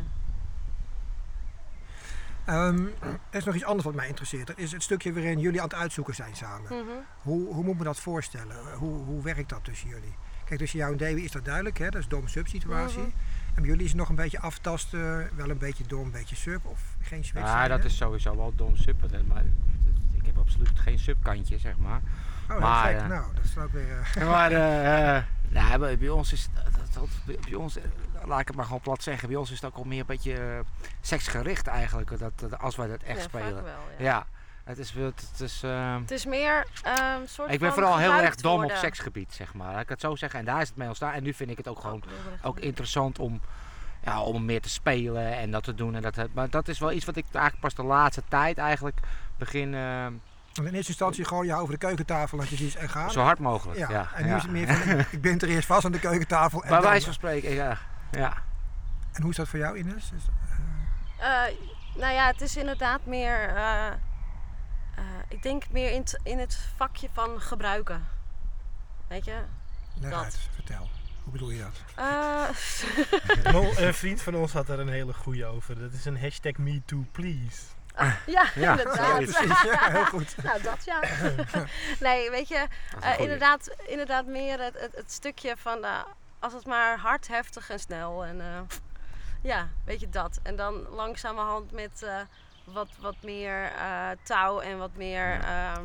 Speaker 1: Er is nog iets anders wat mij interesseert. Dat is het stukje waarin jullie aan het uitzoeken zijn samen.
Speaker 2: Mhm.
Speaker 1: Hoe moet me dat voorstellen? Hoe werkt dat tussen jullie? Kijk, tussen jou en Davy is dat duidelijk, hè? Dat is dom-sub situatie.
Speaker 2: Mhm.
Speaker 1: En bij jullie is het nog een beetje aftasten, wel een beetje dom, een beetje sub of geen switch?
Speaker 4: Ja, dat is sowieso wel dom sub. Maar ik heb absoluut geen subkantje, zeg maar.
Speaker 1: Oh,
Speaker 4: maar,
Speaker 1: gek. Nou, dat is ook weer...
Speaker 4: Maar bij ons is bij ons, laat ik het maar gewoon plat zeggen, bij ons is het ook al meer een beetje seksgericht eigenlijk, als wij dat echt
Speaker 2: Ja,
Speaker 4: spelen.
Speaker 2: vaak wel, ja.
Speaker 4: Ja, het is.
Speaker 2: Het is meer een soort
Speaker 4: Ik ben
Speaker 2: van
Speaker 4: vooral heel erg
Speaker 2: gebruikt
Speaker 4: dom op
Speaker 2: worden.
Speaker 4: seksgebied, zeg maar. Laat ik het zo zeggen. En daar is het mee ontstaan. En nu vind ik het ook gewoon
Speaker 2: Wilderig
Speaker 4: ook
Speaker 2: doen.
Speaker 4: interessant om meer te spelen en dat te doen. Maar dat is wel iets wat ik eigenlijk pas de laatste tijd eigenlijk begin
Speaker 1: Want in eerste instantie gooi je over de keukentafel en je ziet en gaan.
Speaker 4: zo hard mogelijk.
Speaker 1: Ja,
Speaker 4: Ja,
Speaker 1: en nu is het meer van, ik bind er eerst vast aan de keukentafel. En
Speaker 4: bij
Speaker 1: dan-
Speaker 4: wijze van spreken, ja.
Speaker 1: En hoe is dat voor jou, Ines?
Speaker 2: Nou ja, het is inderdaad meer... ik denk meer in het vakje van gebruiken. Weet je?
Speaker 1: Leg
Speaker 2: dat.
Speaker 1: uit, vertel. Hoe bedoel je dat?
Speaker 3: Een vriend van ons had er een hele goeie over. Dat is een hashtag #MeTooPlease.
Speaker 2: ja,
Speaker 4: Ja,
Speaker 2: inderdaad.
Speaker 1: Precies, ja, heel goed.
Speaker 2: Nou, dat ja. Nee, weet je,
Speaker 4: Dat is een goeie.
Speaker 2: inderdaad meer het stukje van als het maar hard, heftig en snel. En ja, weet je dat. En dan langzamerhand met wat meer touw en wat meer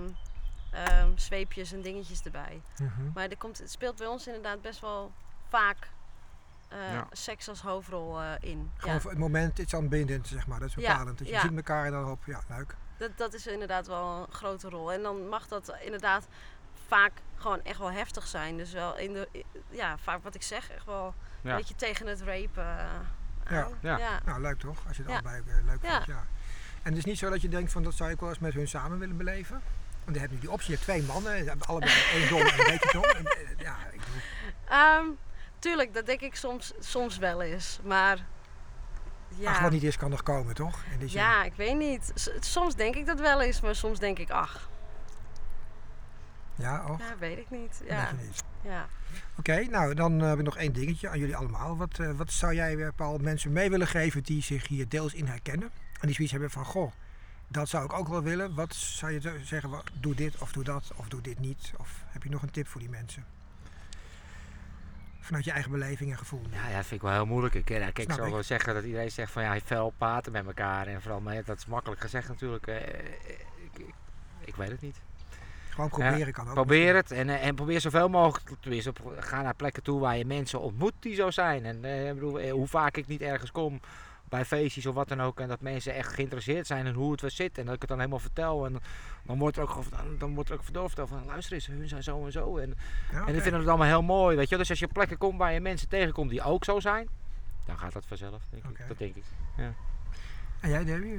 Speaker 2: zweepjes en dingetjes erbij.
Speaker 1: Mhm.
Speaker 2: Maar het speelt bij ons inderdaad best wel vaak
Speaker 4: Ja.
Speaker 2: seks als hoofdrol in.
Speaker 1: Gewoon
Speaker 2: Ja.
Speaker 1: voor het moment iets aanbindend, zeg maar. Dat is
Speaker 2: Ja,
Speaker 1: bepalend. Dat je
Speaker 2: ja.
Speaker 1: ziet elkaar en dan op, ja, leuk.
Speaker 2: Dat is inderdaad wel een grote rol. En dan mag dat inderdaad vaak gewoon echt wel heftig zijn. Dus wel vaak wat ik zeg, echt wel
Speaker 4: Ja.
Speaker 2: een beetje tegen het rapen
Speaker 1: Ja.
Speaker 2: aan.
Speaker 4: Ja.
Speaker 2: Ja.
Speaker 1: Nou, leuk toch? Als je het
Speaker 2: Ja.
Speaker 1: allebei leuk
Speaker 2: Ja.
Speaker 1: vindt, ja. En het is niet zo dat je denkt van dat zou ik wel eens met hun samen willen beleven? Want je hebt nu die optie, je hebt 2 mannen, ze hebben allebei één dom en een beetje dom. En, ja, ik bedoel,
Speaker 2: Tuurlijk, dat denk ik soms wel eens. Maar ja,
Speaker 1: ach, wat niet is kan nog komen, toch? In die zin.
Speaker 2: ja, ik weet niet. Soms denk ik dat wel eens, maar soms denk ik, ach,
Speaker 1: Ja, och?
Speaker 2: ja, weet ik niet.
Speaker 1: Ja.
Speaker 2: Ja,
Speaker 1: Weet je niet.
Speaker 2: ja.
Speaker 1: Oké, nou dan heb ik nog één dingetje aan jullie allemaal. Wat zou jij, Paul, mensen mee willen geven die zich hier deels in herkennen? En die zoiets hebben van, goh, dat zou ik ook wel willen. Wat zou je zeggen, doe dit of doe dat of doe dit niet? Of heb je nog een tip voor die mensen? Vanuit je eigen beleving en gevoel.
Speaker 4: Ja, dat vind ik wel heel moeilijk. Ik
Speaker 1: Snap
Speaker 4: zou
Speaker 1: ik.
Speaker 4: wel zeggen dat iedereen zegt van ja, fel praten met elkaar. En vooral, maar dat is makkelijk gezegd natuurlijk. Ik weet het niet.
Speaker 1: Gewoon proberen kan ook.
Speaker 4: Probeer het en probeer zoveel mogelijk. Tenminste, ga naar plekken toe waar je mensen ontmoet die zo zijn. En ik bedoel, hoe vaak ik niet ergens kom bij feestjes of wat dan ook. En dat mensen echt geïnteresseerd zijn in hoe het weer zit. En dat ik het dan helemaal vertel. En dan wordt er ook verteld van luister eens, hun zijn zo en zo. En
Speaker 1: Ja,
Speaker 4: die vinden het allemaal heel mooi, weet je. Dus als je op plekken komt waar je mensen tegenkomt die ook zo zijn, dan gaat dat vanzelf, denk
Speaker 1: Oké.
Speaker 4: ik. Dat denk ik.
Speaker 1: En jij, Davy?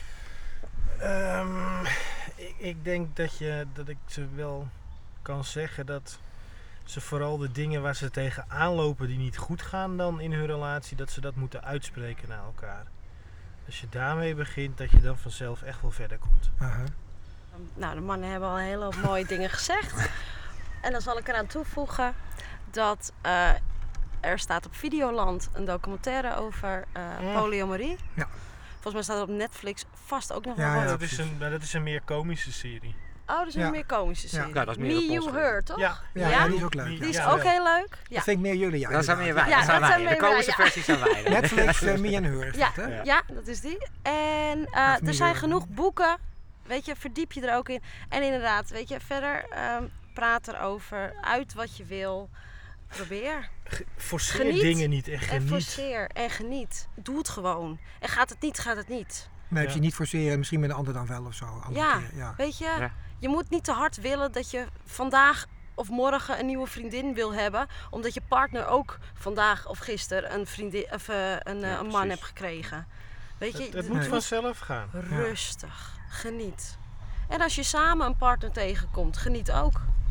Speaker 3: Ik denk dat ik ze wel kan zeggen dat ze vooral de dingen waar ze tegenaan lopen die niet goed gaan dan in hun relatie, dat ze dat moeten uitspreken naar elkaar. Als je daarmee begint, dat je dan vanzelf echt wel verder komt.
Speaker 1: Aha.
Speaker 2: Nou, de mannen hebben al een hele hoop mooie dingen gezegd. En dan zal ik eraan toevoegen dat er staat op Videoland een documentaire over polyamorie.
Speaker 1: Ja.
Speaker 2: Volgens mij staat er op Netflix vast ook nog
Speaker 1: Ja,
Speaker 2: wel
Speaker 1: ja.
Speaker 2: wat.
Speaker 3: Dat is een meer komische serie.
Speaker 2: Oh, dat is
Speaker 1: Ja.
Speaker 2: een meer komische
Speaker 1: Ja.
Speaker 2: serie.
Speaker 4: Ja, dat is meer
Speaker 2: Me,
Speaker 4: op
Speaker 2: You,
Speaker 4: ons
Speaker 2: Her, toch?
Speaker 3: Ja.
Speaker 1: Ja, die is ook leuk.
Speaker 3: Die-
Speaker 2: Die is
Speaker 3: Ja,
Speaker 2: ook
Speaker 3: wel.
Speaker 2: heel leuk. Ja.
Speaker 1: Dat vind ik meer jullie, ja.
Speaker 4: Dat zijn meer
Speaker 1: inderdaad.
Speaker 4: wij.
Speaker 2: Ja,
Speaker 4: dat zijn
Speaker 2: dat
Speaker 4: wij.
Speaker 2: zijn
Speaker 4: De
Speaker 2: meer wij,
Speaker 4: komische
Speaker 2: ja.
Speaker 4: versie zijn wij.
Speaker 1: Netflix, Me and Her is
Speaker 2: Ja,
Speaker 1: dat, hè?
Speaker 2: ja, dat is die. En
Speaker 1: Of
Speaker 2: er zijn
Speaker 1: meer,
Speaker 2: genoeg boeken. Weet je, verdiep je er ook in. En inderdaad, weet je, verder praat erover. Uit wat je wil. Probeer.
Speaker 3: Forceer
Speaker 2: Geniet.
Speaker 3: dingen niet en
Speaker 2: En
Speaker 3: geniet.
Speaker 2: forceer en geniet. Doe het gewoon. En gaat het niet, gaat het niet.
Speaker 1: Maar heb je
Speaker 3: Ja.
Speaker 1: niet forceren, misschien met een ander dan wel of zo. Andere
Speaker 2: Ja.
Speaker 1: keer, ja.
Speaker 2: Weet je,
Speaker 4: Ja.
Speaker 2: je moet niet te hard willen dat je vandaag of morgen een nieuwe vriendin wil hebben. Omdat je partner ook vandaag of gisteren een, vriendin, of, een man
Speaker 3: precies.
Speaker 2: hebt gekregen. Weet je,
Speaker 3: Het
Speaker 2: je
Speaker 3: moet
Speaker 1: Nee.
Speaker 3: vanzelf gaan.
Speaker 2: rustig. Geniet. En als je samen een partner tegenkomt, geniet ook.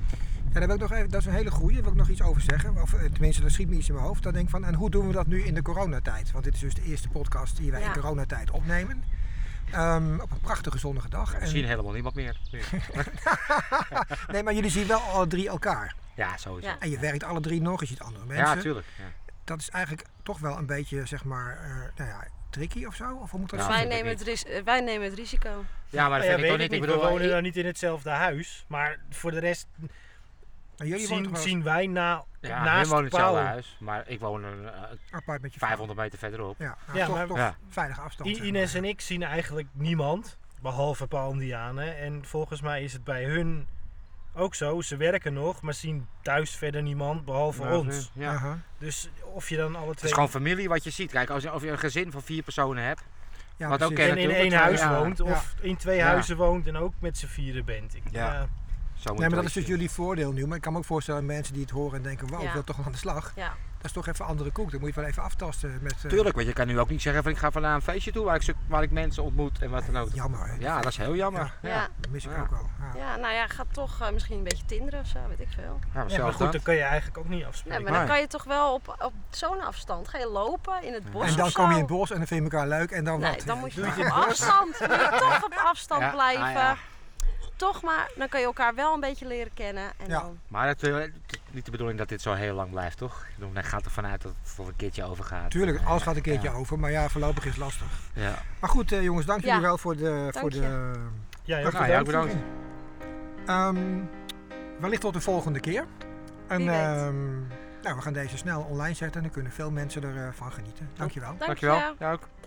Speaker 1: Ja, daar wil ik nog even, dat is een hele goeie, daar wil ik nog iets over zeggen. Of tenminste, dat schiet me iets in mijn hoofd. Dan denk ik van, en hoe doen we dat nu in de coronatijd? Want dit is dus de eerste podcast die wij in coronatijd opnemen. Op een prachtige zonnige dag.
Speaker 4: We zien helemaal niemand meer.
Speaker 1: Nee, maar jullie zien wel alle 3 elkaar.
Speaker 4: Ja, sowieso.
Speaker 2: Ja.
Speaker 1: En je werkt alle 3 nog, je ziet andere mensen.
Speaker 4: Ja, natuurlijk. Ja.
Speaker 1: Dat is eigenlijk toch wel een beetje, zeg maar, tricky of zo? Of hoe moet dat
Speaker 4: Ja.
Speaker 1: zijn?
Speaker 2: Wij nemen het risico.
Speaker 4: Ja, maar dat
Speaker 3: Ja,
Speaker 4: vind ik toch
Speaker 3: weet
Speaker 4: niet.
Speaker 3: ik
Speaker 4: Ik
Speaker 3: niet. We
Speaker 4: bedoel,
Speaker 3: wonen dan niet in hetzelfde huis. Maar voor de rest
Speaker 1: Maar jullie wonen toch wel eens
Speaker 3: zien wij
Speaker 4: hun
Speaker 3: naast
Speaker 4: wonen in hetzelfde
Speaker 3: Paul.
Speaker 4: huis, maar ik woon een
Speaker 1: apart met je
Speaker 4: 500 meter verderop.
Speaker 1: Ja,
Speaker 3: Ja,
Speaker 1: toch,
Speaker 3: maar-
Speaker 1: toch
Speaker 4: Ja.
Speaker 1: veilige afstand. zeg maar.
Speaker 3: Ines en ik zien eigenlijk niemand. Behalve Paul en Diane. En volgens mij is het bij hun ook zo. Ze werken nog, maar zien thuis verder niemand behalve
Speaker 4: Ja,
Speaker 3: ons.
Speaker 4: Ja.
Speaker 1: Aha.
Speaker 3: Dus of je dan alle
Speaker 4: Het is
Speaker 3: twee
Speaker 4: gewoon familie wat je ziet. Kijk, als je een gezin van 4 personen hebt.
Speaker 1: Ja,
Speaker 4: Wat ook
Speaker 1: precies.
Speaker 3: en in
Speaker 4: natuurlijk,
Speaker 3: één huis
Speaker 4: ja.
Speaker 3: woont of in 2
Speaker 4: Ja.
Speaker 3: huizen woont en ook met z'n vieren bent.
Speaker 4: Ja. Zo moet
Speaker 1: Nee, maar
Speaker 4: het
Speaker 1: dat is dus
Speaker 4: ook
Speaker 1: jullie voordeel nu. Maar ik kan me ook voorstellen mensen die het horen en denken, wauw, ik
Speaker 2: Ja.
Speaker 1: wil toch wel aan de slag.
Speaker 2: Ja.
Speaker 1: Dat is toch even andere koek. Dan moet je het wel even aftasten met...
Speaker 4: Tuurlijk, want je kan nu ook niet zeggen van ik ga vandaag een feestje toe waar ik mensen ontmoet en wat dan ook.
Speaker 1: Jammer, hè?
Speaker 4: Ja, dat is heel jammer.
Speaker 2: Ja.
Speaker 1: Dat mis ik
Speaker 4: Ja.
Speaker 1: ook wel. Ja.
Speaker 2: Ja, nou ja, ga toch misschien een beetje tinderen of zo, weet ik veel.
Speaker 4: Ja,
Speaker 3: Ja, maar
Speaker 4: zelfs
Speaker 3: goed,
Speaker 4: dat.
Speaker 3: dan kan je eigenlijk ook niet
Speaker 2: Nee,
Speaker 3: afspreken.
Speaker 2: maar dan
Speaker 4: Nee.
Speaker 2: kan je toch wel op zo'n afstand. Ga je lopen in het bos
Speaker 1: En dan
Speaker 2: of
Speaker 1: kom je in
Speaker 2: zo?
Speaker 1: het bos en dan vind je elkaar leuk en dan
Speaker 2: Nee,
Speaker 1: wat?
Speaker 2: dan moet je
Speaker 1: Ja.
Speaker 2: toch op afstand. Moet je toch op afstand
Speaker 4: Ja,
Speaker 2: blijven.
Speaker 4: ah, ja.
Speaker 2: Toch maar, dan kan je elkaar wel een beetje leren kennen. En
Speaker 1: Ja.
Speaker 2: dan,
Speaker 4: Maar het is niet de bedoeling dat dit zo heel lang blijft, toch? Ik bedoel, men gaat ervan uit dat het tot een keertje overgaat.
Speaker 1: Tuurlijk, alles gaat een keertje
Speaker 4: Ja.
Speaker 1: over, maar ja, voorlopig is het lastig.
Speaker 4: Ja.
Speaker 1: Maar goed, jongens, dank jullie
Speaker 2: Ja.
Speaker 1: wel voor de...
Speaker 2: Dank je.
Speaker 3: Ja,
Speaker 1: Dag,
Speaker 3: heel
Speaker 4: Nou, ja,
Speaker 3: bedankt.
Speaker 4: bedankt.
Speaker 1: Wellicht tot de volgende keer. En
Speaker 2: Wie weet.
Speaker 1: nou, we gaan deze snel online zetten en dan kunnen veel mensen ervan genieten. Dankjewel.
Speaker 4: Dankjewel.
Speaker 2: Dankjewel.
Speaker 4: Ja, ook.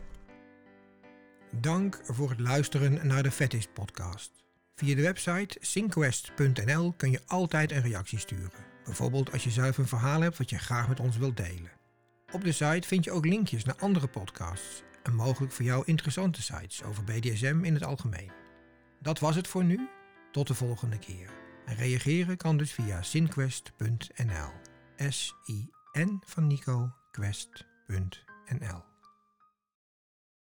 Speaker 1: Dank voor het luisteren naar de Fetish podcast. Via de website synquest.nl kun je altijd een reactie sturen. Bijvoorbeeld als je zelf een verhaal hebt wat je graag met ons wilt delen. Op de site vind je ook linkjes naar andere podcasts en mogelijk voor jou interessante sites over BDSM in het algemeen. Dat was het voor nu. Tot de volgende keer. En reageren kan dus via synquest.nl. SIN van Nico, quest.nl.